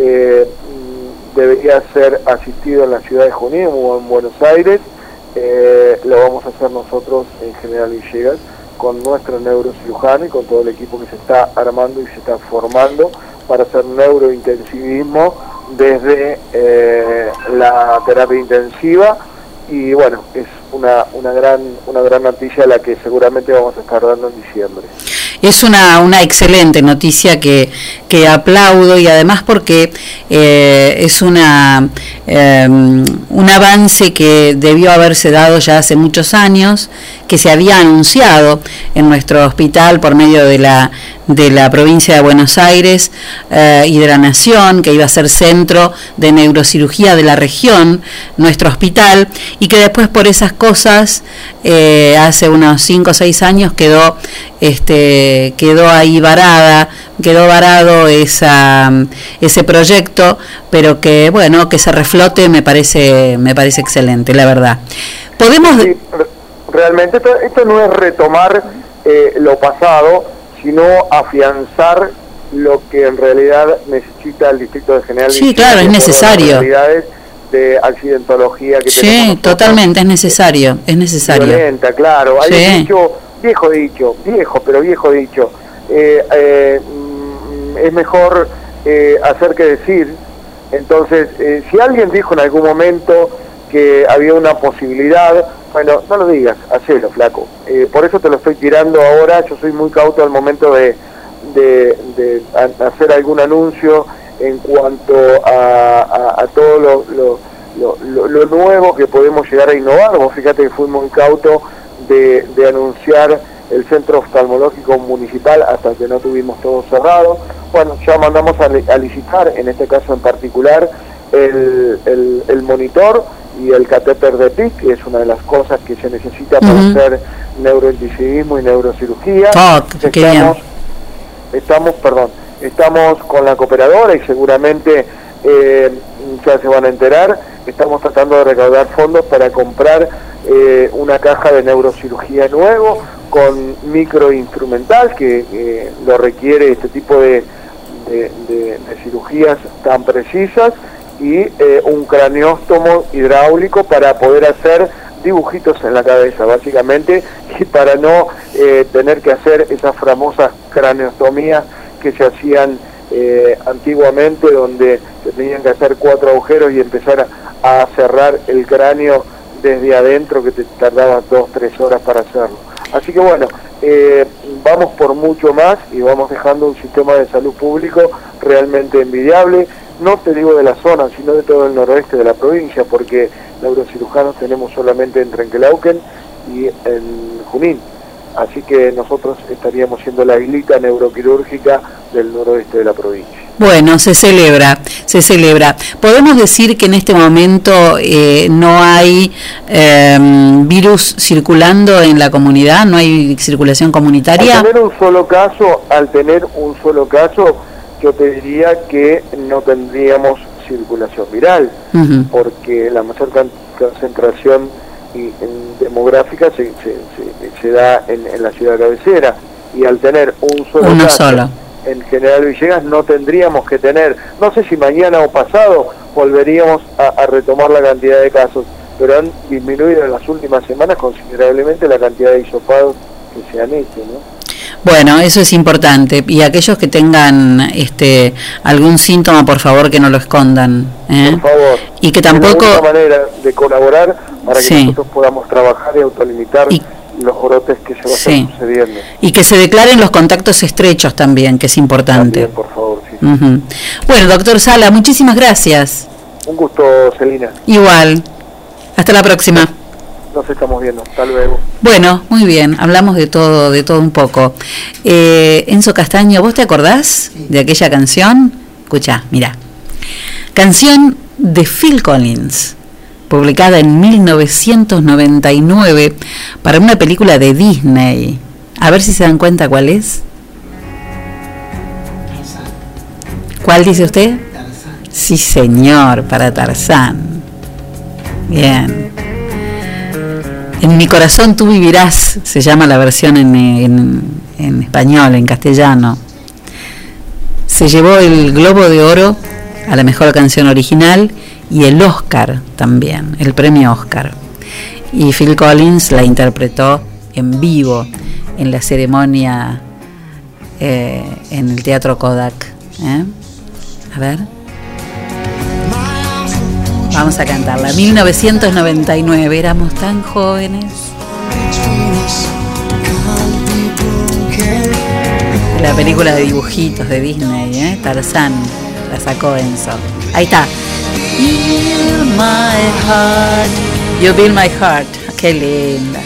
debería ser asistido en la ciudad de Junín o en Buenos Aires, lo vamos a hacer nosotros en General Villegas con nuestro neurocirujano y con todo el equipo que se está armando y se está formando para hacer neurointensivismo desde la terapia intensiva. Y bueno, es una gran noticia la que seguramente vamos a estar dando en diciembre. Es una excelente noticia que aplaudo, y además porque es un avance que debió haberse dado ya hace muchos años, que se había anunciado en nuestro hospital por medio de la provincia de Buenos Aires y de la Nación, que iba a ser centro de neurocirugía de la región, nuestro hospital, y que después por esas cosas hace unos 5 o 6 años quedó ahí quedó varado ese proyecto, pero que bueno, que se reflote me parece excelente, la verdad. Podemos sí, realmente esto no es retomar lo pasado, sino afianzar lo que en realidad necesita el distrito de General Villegas. Sí, claro, es necesario. De accidentología que sí, tenemos totalmente, es necesario. Violenta, claro. Hay un dicho, viejo, pero viejo dicho. Es mejor hacer que decir. Entonces, si alguien dijo en algún momento que había una posibilidad, bueno, no lo digas, hacelo, flaco. Por eso te lo estoy tirando ahora. Yo soy muy cauto al momento de hacer algún anuncio en cuanto a todo lo nuevo que podemos llegar a innovar. Vos fíjate que fui muy cauto de anunciar el centro oftalmológico municipal hasta que no tuvimos todo cerrado. Bueno, ya mandamos a licitar, en este caso en particular, el monitor y el catéter de PIC, que es una de las cosas que se necesita para hacer neuroincisionismo y neurocirugía. Estamos con la cooperadora y seguramente ya se van a enterar. Estamos tratando de recaudar fondos para comprar una caja de neurocirugía nuevo con microinstrumental que lo requiere este tipo de cirugías tan precisas, y un craneóstomo hidráulico para poder hacer dibujitos en la cabeza, básicamente, y para no tener que hacer esas famosas craneostomías que se hacían antiguamente, donde se tenían que hacer 4 agujeros y empezar a cerrar el cráneo desde adentro, que te tardabas 2-3 horas para hacerlo. Así que bueno, vamos por mucho más y vamos dejando un sistema de salud público realmente envidiable, no te digo de la zona, sino de todo el noroeste de la provincia, porque neurocirujanos tenemos solamente en Trenquelauquen y en Junín. Así que nosotros estaríamos siendo la islita neuroquirúrgica del noroeste de la provincia. Bueno, se celebra. ¿Podemos decir que en este momento no hay virus circulando en la comunidad? ¿No hay circulación comunitaria? Al tener un solo caso, yo te diría que no tendríamos circulación viral, porque la mayor concentración demográfica se da en la ciudad cabecera, y al tener un solo caso en General Villegas no tendríamos que tener, no sé si mañana o pasado volveríamos a retomar la cantidad de casos, pero han disminuido en las últimas semanas considerablemente la cantidad de hisopados que se han hecho, ¿no? Bueno, eso es importante. Y aquellos que tengan algún síntoma, por favor, que no lo escondan. Por favor. Y que tampoco... Es una manera de colaborar para que nosotros podamos trabajar y autolimitar los brotes que se van sucediendo. Y que se declaren los contactos estrechos también, que es importante. También, por favor, sí. Bueno, doctor Sala, muchísimas gracias. Un gusto, Celina. Igual. Hasta la próxima. Nos estamos viendo. Hasta luego. Bueno, muy bien, hablamos de todo un poco. Enzo Castaño, ¿vos te acordás de aquella canción? Escuchá, mira. Canción de Phil Collins, publicada en 1999 para una película de Disney. A ver si se dan cuenta cuál es. ¿Cuál dice usted? Tarzán. Sí, señor, para Tarzán. Bien. En mi corazón tú vivirás, se llama la versión en español, en castellano. Se llevó el Globo de Oro a la mejor canción original y el Oscar también, el premio Oscar. Y Phil Collins la interpretó en vivo en la ceremonia en el Teatro Kodak. A ver. Vamos a cantarla. 1999, éramos tan jóvenes. La película de dibujitos de Disney, Tarzán, la sacó Enzo. Ahí está. Build my heart. You build my heart. Qué linda.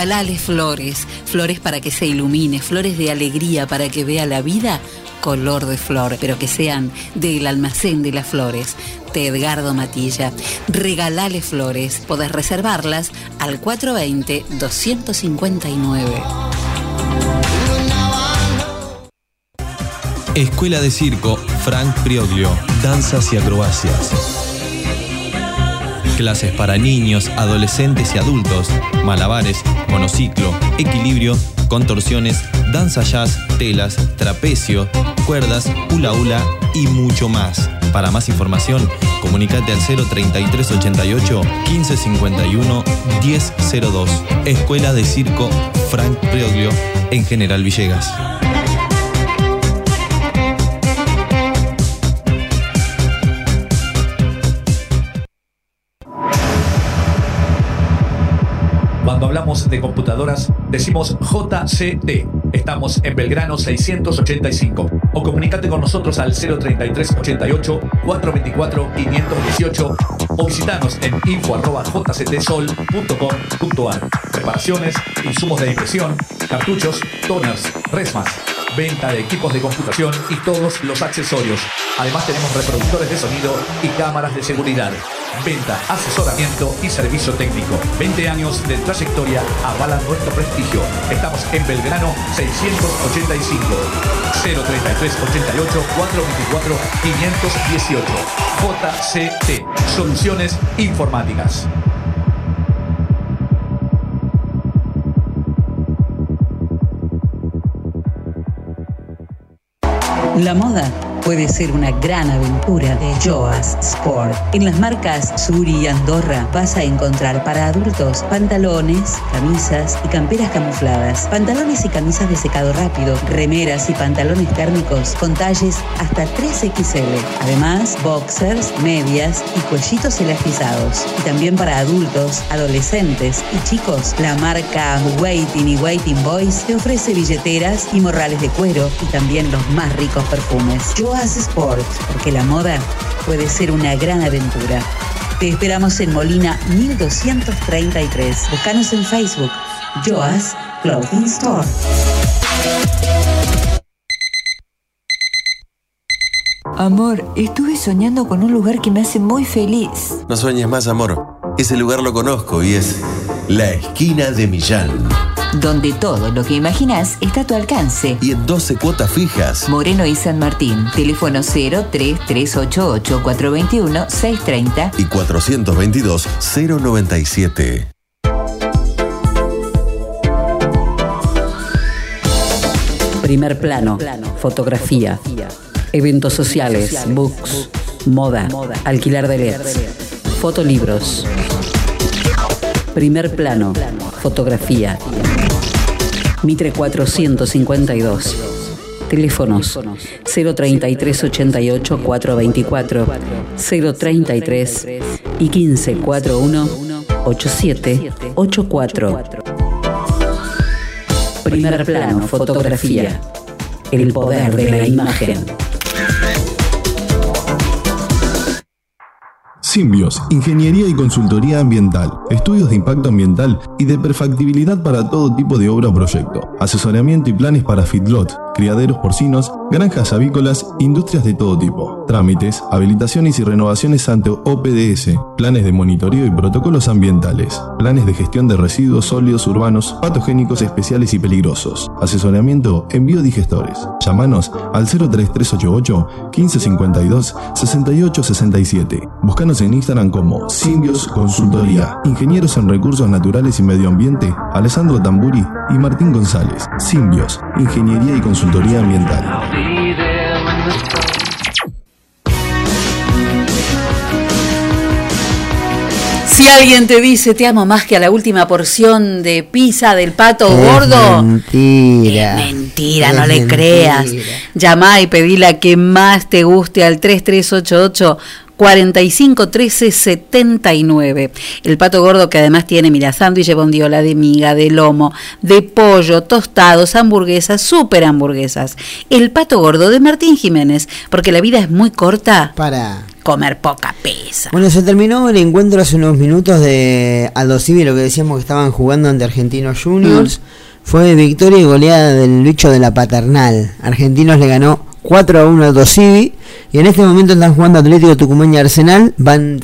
Regalale flores, flores para que se ilumine, flores de alegría para que vea la vida color de flor, pero que sean del almacén de las flores, de Edgardo Matilla. Regalale flores, podés reservarlas al 420-259. Escuela de Circo Frank Prioglio, danzas y acrobacias. Clases para niños, adolescentes y adultos, malabares, monociclo, equilibrio, contorsiones, danza jazz, telas, trapecio, cuerdas, hula hula y mucho más. Para más información, comunicate al 03388 1551 1002. Escuela de Circo Frank Prioglio en General Villegas. Cuando hablamos de computadoras, decimos JCT. Estamos en Belgrano 685. O comunícate con nosotros al 033 88 424 518 o visitanos en info@jctsol.com.ar. Preparaciones, insumos de impresión, cartuchos, toners, resmas, venta de equipos de computación y todos los accesorios. Además tenemos reproductores de sonido y cámaras de seguridad. Venta, asesoramiento y servicio técnico. 20 años de trayectoria avalan nuestro prestigio. Estamos en Belgrano 685. 033 88 424 518. JCT. Soluciones informáticas. La moda puede ser una gran aventura de Joas Sport. En las marcas Suri y Andorra vas a encontrar para adultos pantalones, camisas y camperas camufladas, pantalones y camisas de secado rápido, remeras y pantalones térmicos con talles hasta 3XL. Además, boxers, medias y cuellitos elastizados. Y también para adultos, adolescentes y chicos, la marca Waiting y Waiting Boys te ofrece billeteras y morrales de cuero y también los más ricos perfumes. Joas Sport, porque la moda puede ser una gran aventura. Te esperamos en Molina 1233. Búscanos en Facebook, Joas Clothing Store. Amor, estuve soñando con un lugar que me hace muy feliz. No sueñes más, amor. Ese lugar lo conozco y es la esquina de Millán. Donde todo lo que imaginás está a tu alcance. Y en 12 cuotas fijas. Moreno y San Martín. Teléfono 03388 421 630 y 422 097. Primer plano, fotografía, eventos sociales, books, moda, alquilar de LEDs, fotolibros. Primer plano, fotografía. Mitre 452. Teléfonos 03388 424 033 y 1541 8784. Primer plano, fotografía. El poder de la imagen. Simbios, ingeniería y consultoría ambiental, estudios de impacto ambiental y de perfectibilidad para todo tipo de obra o proyecto, asesoramiento y planes para feedlot, criaderos porcinos, granjas avícolas, industrias de todo tipo, trámites, habilitaciones y renovaciones ante OPDS, planes de monitoreo y protocolos ambientales, planes de gestión de residuos sólidos urbanos, patogénicos especiales y peligrosos, asesoramiento en biodigestores. Llámanos al 03388 1552 6867. Búscanos en Instagram como Simbios Consultoría. Ingenieros en Recursos Naturales y Medio Ambiente, Alessandro Tamburi y Martín González. Simbios, Ingeniería y Consultoría Ambiental. Si alguien te dice te amo más que a la última porción de pizza del Pato Gordo, mentira. Es mentira, no le creas. Llamá y pedí la que más te guste al 3388 45 13 79. El Pato Gordo, que además tiene, mira, sándwich de bondiola, de miga, de lomo, de pollo, tostados, hamburguesas, super hamburguesas. El Pato Gordo de Martín Jiménez, porque la vida es muy corta. Para comer poca pesa. Bueno, se terminó el encuentro hace unos minutos de Aldo Civi, lo que decíamos que estaban jugando ante Argentinos Juniors. Fue victoria y goleada del bicho de la Paternal. Argentinos le ganó 4-1 a Aldo Civi. Y en este momento están jugando Atlético Tucumán y Arsenal. Van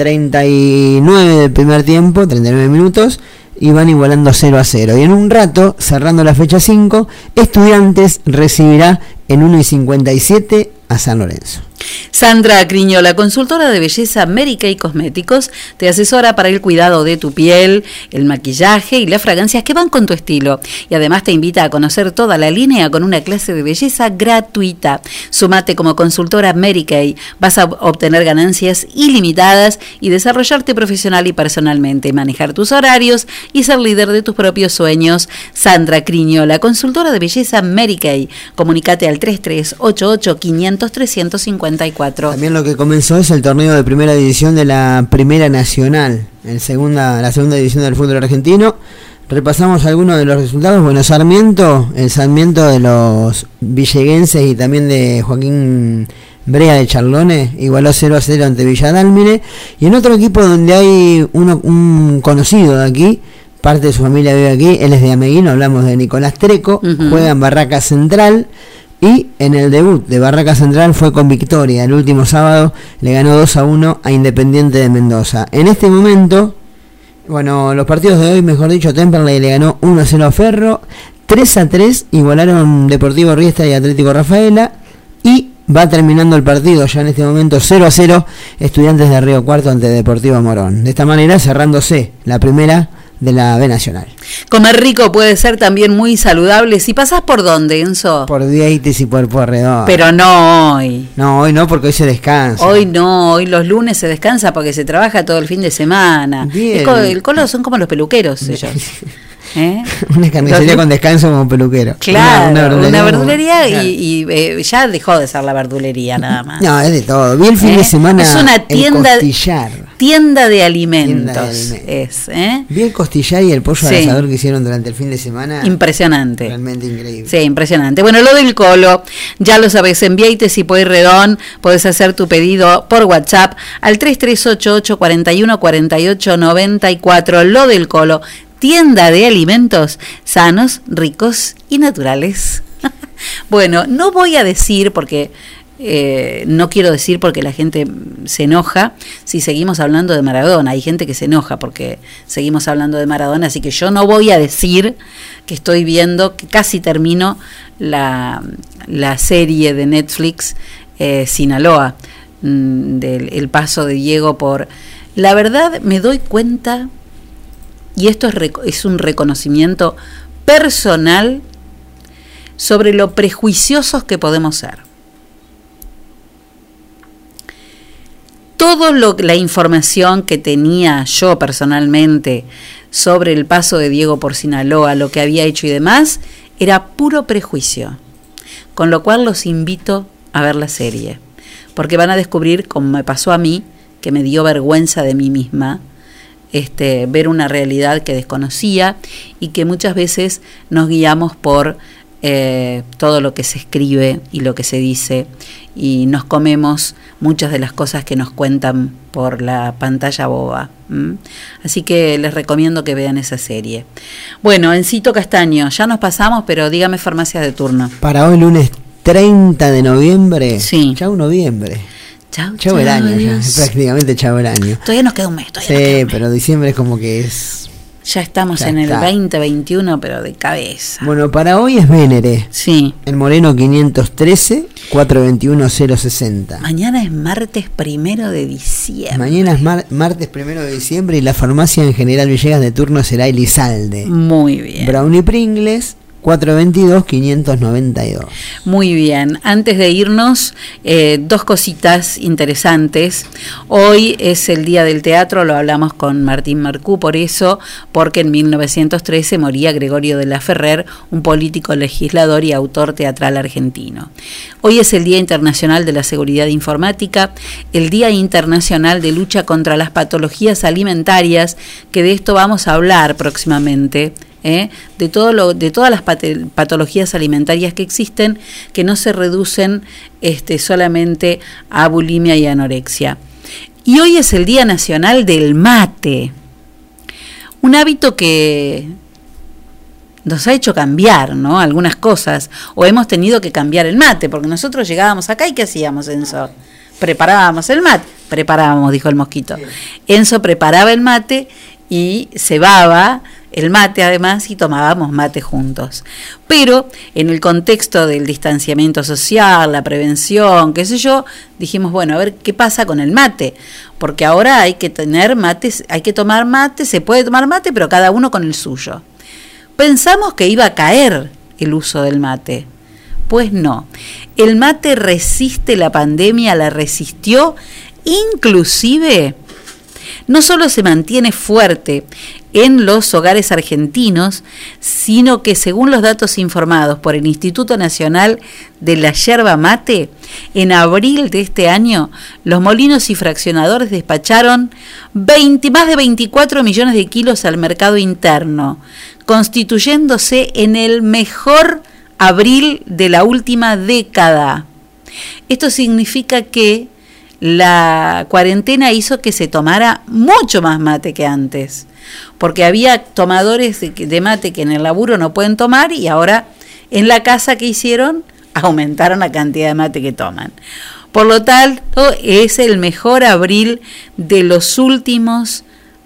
39 del primer tiempo, 39 minutos. Y van igualando 0-0. Y en un rato, cerrando la fecha 5, Estudiantes recibirá en 1:57 a San Lorenzo. Sandra Criñola, consultora de belleza Mary Kay Cosméticos, te asesora para el cuidado de tu piel, el maquillaje y las fragancias que van con tu estilo. Y además te invita a conocer toda la línea con una clase de belleza gratuita. Sumate como consultora Mary Kay. Vas a obtener ganancias ilimitadas y desarrollarte profesional y personalmente, manejar tus horarios y ser líder de tus propios sueños. Sandra Criñola, consultora de belleza Mary Kay. Comunicate al 3388 500 354. También lo que comenzó es el torneo de primera división de la Primera Nacional, la segunda división del fútbol argentino. Repasamos algunos de los resultados. Bueno, el Sarmiento de los villeguenses y también de Joaquín Brea de Charlones igualó 0-0 ante Villa Dálmine. Y en otro equipo donde hay un conocido de aquí, parte de su familia vive aquí, él es de Ameguino, hablamos de Nicolás Treco, juega en Barraca Central. Y en el debut de Barraca Central fue con victoria. El último sábado le ganó 2-1 a Independiente de Mendoza. En este momento, bueno, los partidos de hoy, mejor dicho, Temperley le ganó 1-0 a Ferro, 3-3 igualaron Deportivo Riestra y Atlético Rafaela, y va terminando el partido ya en este momento 0-0 Estudiantes de Río Cuarto ante Deportivo Morón. De esta manera cerrándose la primera de la B Nacional. Comer rico puede ser también muy saludable. Si pasás por dónde, Enzo. Por Vieites y por Pueyrredón. Pero no hoy. No, hoy no, porque hoy se descansa. Hoy no, hoy los lunes se descansa porque se trabaja todo el fin de semana. El Colo son como los peluqueros ellos. Una carnicería con descanso como peluquero. Claro, una verdulería y ya dejó de ser la verdulería nada más. No, es de todo. Vi el fin de semana. Es una tienda de alimentos. Vi el costillar y el pollo al asador que hicieron durante el fin de semana. Impresionante. Realmente increíble. Sí, impresionante. Bueno, lo del Colo, ya lo sabés, en Vieites y Pueyrredón podés hacer tu pedido por WhatsApp al 3388 41 48 94. Lo del Colo, tienda de alimentos sanos, ricos y naturales. Bueno, no voy a decir porque no quiero decir porque la gente se enoja si seguimos hablando de Maradona. Hay gente que se enoja porque seguimos hablando de Maradona, así que yo no voy a decir que estoy viendo, que casi termino la serie de Netflix Sinaloa, del paso de Diego por... La verdad me doy cuenta, y esto es un reconocimiento personal sobre lo prejuiciosos que podemos ser. Toda la información que tenía yo personalmente sobre el paso de Diego por Sinaloa, lo que había hecho y demás, era puro prejuicio. Con lo cual los invito a ver la serie, porque van a descubrir, como me pasó a mí, que me dio vergüenza de mí misma, ver una realidad que desconocía y que muchas veces nos guiamos por todo lo que se escribe y lo que se dice, y nos comemos muchas de las cosas que nos cuentan por la pantalla boba. Así que les recomiendo que vean esa serie. Bueno, Encito Castaño, ya nos pasamos, pero dígame farmacias de turno. Para hoy lunes 30 de noviembre. Sí. Chau noviembre. Chau el año, ya, prácticamente chau el año. Todavía nos queda un mes. Pero diciembre es como que es... Ya estamos en el 2021, pero de cabeza. Bueno, para hoy es Vénere. Sí. En Moreno 513, 421-060. Mañana es martes 1 de diciembre. Mañana es martes 1 de diciembre y la farmacia en General Villegas de turno será Elizalde. Muy bien. Brownie Pringles, 422-592. Muy bien, antes de irnos, dos cositas interesantes. Hoy es el Día del Teatro, lo hablamos con Martín Marcú, porque en 1913 moría Gregorio de la Ferrer, un político, legislador y autor teatral argentino. Hoy es el Día Internacional de la Seguridad Informática, el Día Internacional de Lucha contra las Patologías Alimentarias, que de esto vamos a hablar próximamente. De todas las patologías alimentarias que existen, que no se reducen solamente a bulimia y anorexia. Y hoy es el Día Nacional del Mate, un hábito que nos ha hecho cambiar, ¿no? Algunas cosas, o hemos tenido que cambiar el mate, porque nosotros llegábamos acá y ¿qué hacíamos, Enzo? Preparábamos el mate, dijo el mosquito. Enzo preparaba el mate y cebaba el mate además y tomábamos mate juntos. Pero en el contexto del distanciamiento social, la prevención, qué sé yo, dijimos, bueno, a ver qué pasa con el mate, porque ahora hay que tener mates, hay que tomar mate, se puede tomar mate, pero cada uno con el suyo. Pensamos que iba a caer el uso del mate. Pues no. El mate resiste la pandemia, la resistió, inclusive no solo se mantiene fuerte en los hogares argentinos, sino que según los datos informados por el Instituto Nacional de la Yerba Mate, en abril de este año, los molinos y fraccionadores despacharon más de 24 millones de kilos al mercado interno, constituyéndose en el mejor abril de la última década. Esto significa que la cuarentena hizo que se tomara mucho más mate que antes, porque había tomadores de mate que en el laburo no pueden tomar y ahora en la casa que hicieron aumentaron la cantidad de mate que toman. Por lo tanto, es el mejor abril de los últimos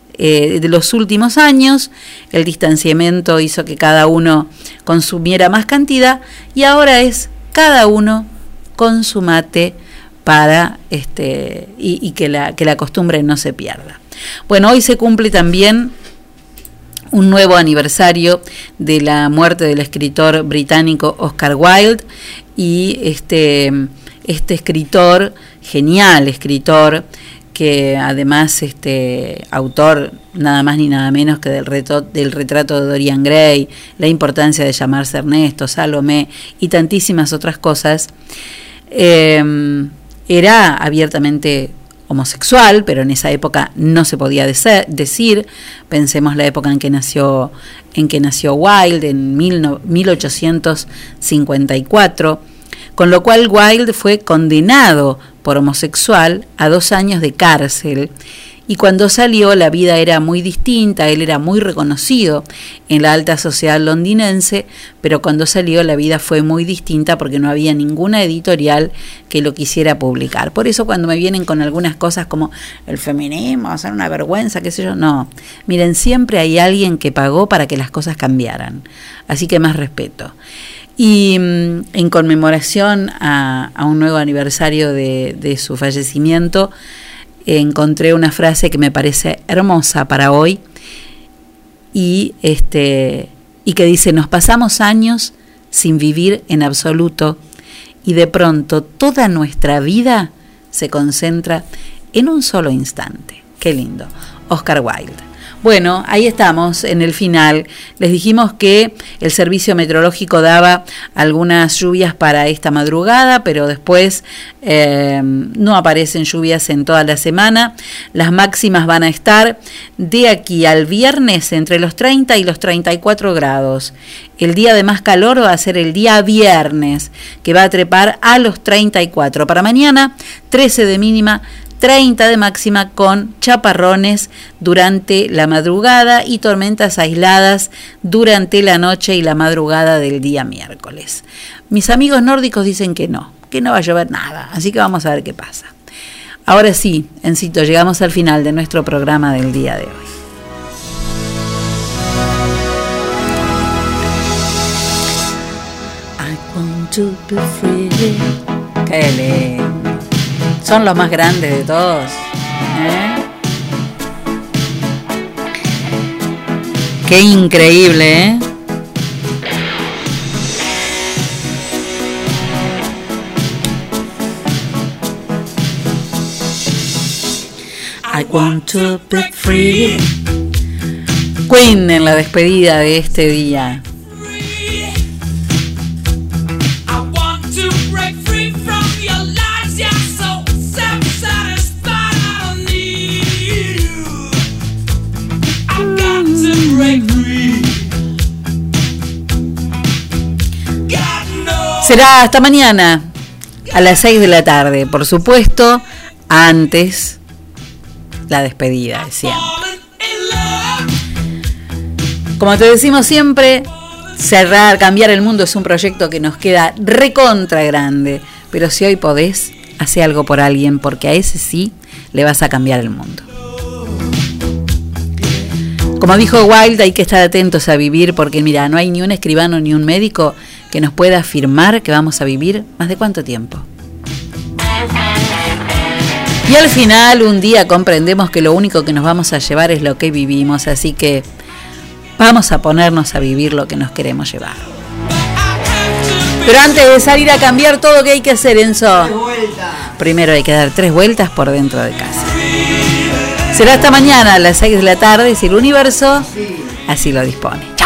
años. El distanciamiento hizo que cada uno consumiera más cantidad y ahora es cada uno con su mate para y que la costumbre no se pierda. Bueno, hoy se cumple también un nuevo aniversario de la muerte del escritor británico Oscar Wilde, y este escritor, genial escritor, que además autor nada más ni nada menos que del retrato de Dorian Gray, La importancia de llamarse Ernesto, Salomé y tantísimas otras cosas, era abiertamente homosexual, pero en esa época no se podía decir. Pensemos la época en que nació Wilde, en 1854, con lo cual Wilde fue condenado por homosexual a 2 años de cárcel. Y cuando salió la vida era muy distinta, él era muy reconocido en la alta sociedad londinense, pero cuando salió la vida fue muy distinta porque no había ninguna editorial que lo quisiera publicar. Por eso cuando me vienen con algunas cosas como el feminismo, hacer una vergüenza, qué sé yo, no. Miren, siempre hay alguien que pagó para que las cosas cambiaran, así que más respeto. Y en conmemoración a un nuevo aniversario de su fallecimiento, encontré una frase que me parece hermosa para hoy y que dice: nos pasamos años sin vivir en absoluto y de pronto toda nuestra vida se concentra en un solo instante. Qué lindo. Oscar Wilde. Bueno, ahí estamos en el final. Les dijimos que el servicio meteorológico daba algunas lluvias para esta madrugada, pero después no aparecen lluvias en toda la semana. Las máximas van a estar de aquí al viernes entre los 30 y los 34 grados. El día de más calor va a ser el día viernes, que va a trepar a los 34. Para mañana, 13 de mínima, 30 de máxima, con chaparrones durante la madrugada y tormentas aisladas durante la noche y la madrugada del día miércoles. Mis amigos nórdicos dicen que no va a llover nada, así que vamos a ver qué pasa. Ahora sí, Encito, llegamos al final de nuestro programa del día de hoy. I want to be free. Qué lindo. Son los más grandes de todos, Qué increíble, I want to be free. Queen en la despedida de este día. Será hasta mañana a las 6 de la tarde. Por supuesto, antes la despedida de siempre. Como te decimos siempre, cerrar, cambiar el mundo es un proyecto que nos queda recontra grande, pero si hoy podés, hace algo por alguien, porque a ese sí le vas a cambiar el mundo. Como dijo Wilde, hay que estar atentos a vivir, porque mira, no hay ni un escribano ni un médico que nos pueda afirmar que vamos a vivir más de cuánto tiempo. Y al final, un día comprendemos que lo único que nos vamos a llevar es lo que vivimos, así que vamos a ponernos a vivir lo que nos queremos llevar. Pero antes de salir a cambiar todo, ¿qué hay que hacer, Enzo? Primero hay que dar 3 vueltas por dentro de casa. Será hasta mañana a las 6 de la tarde si el universo así lo dispone. Chao.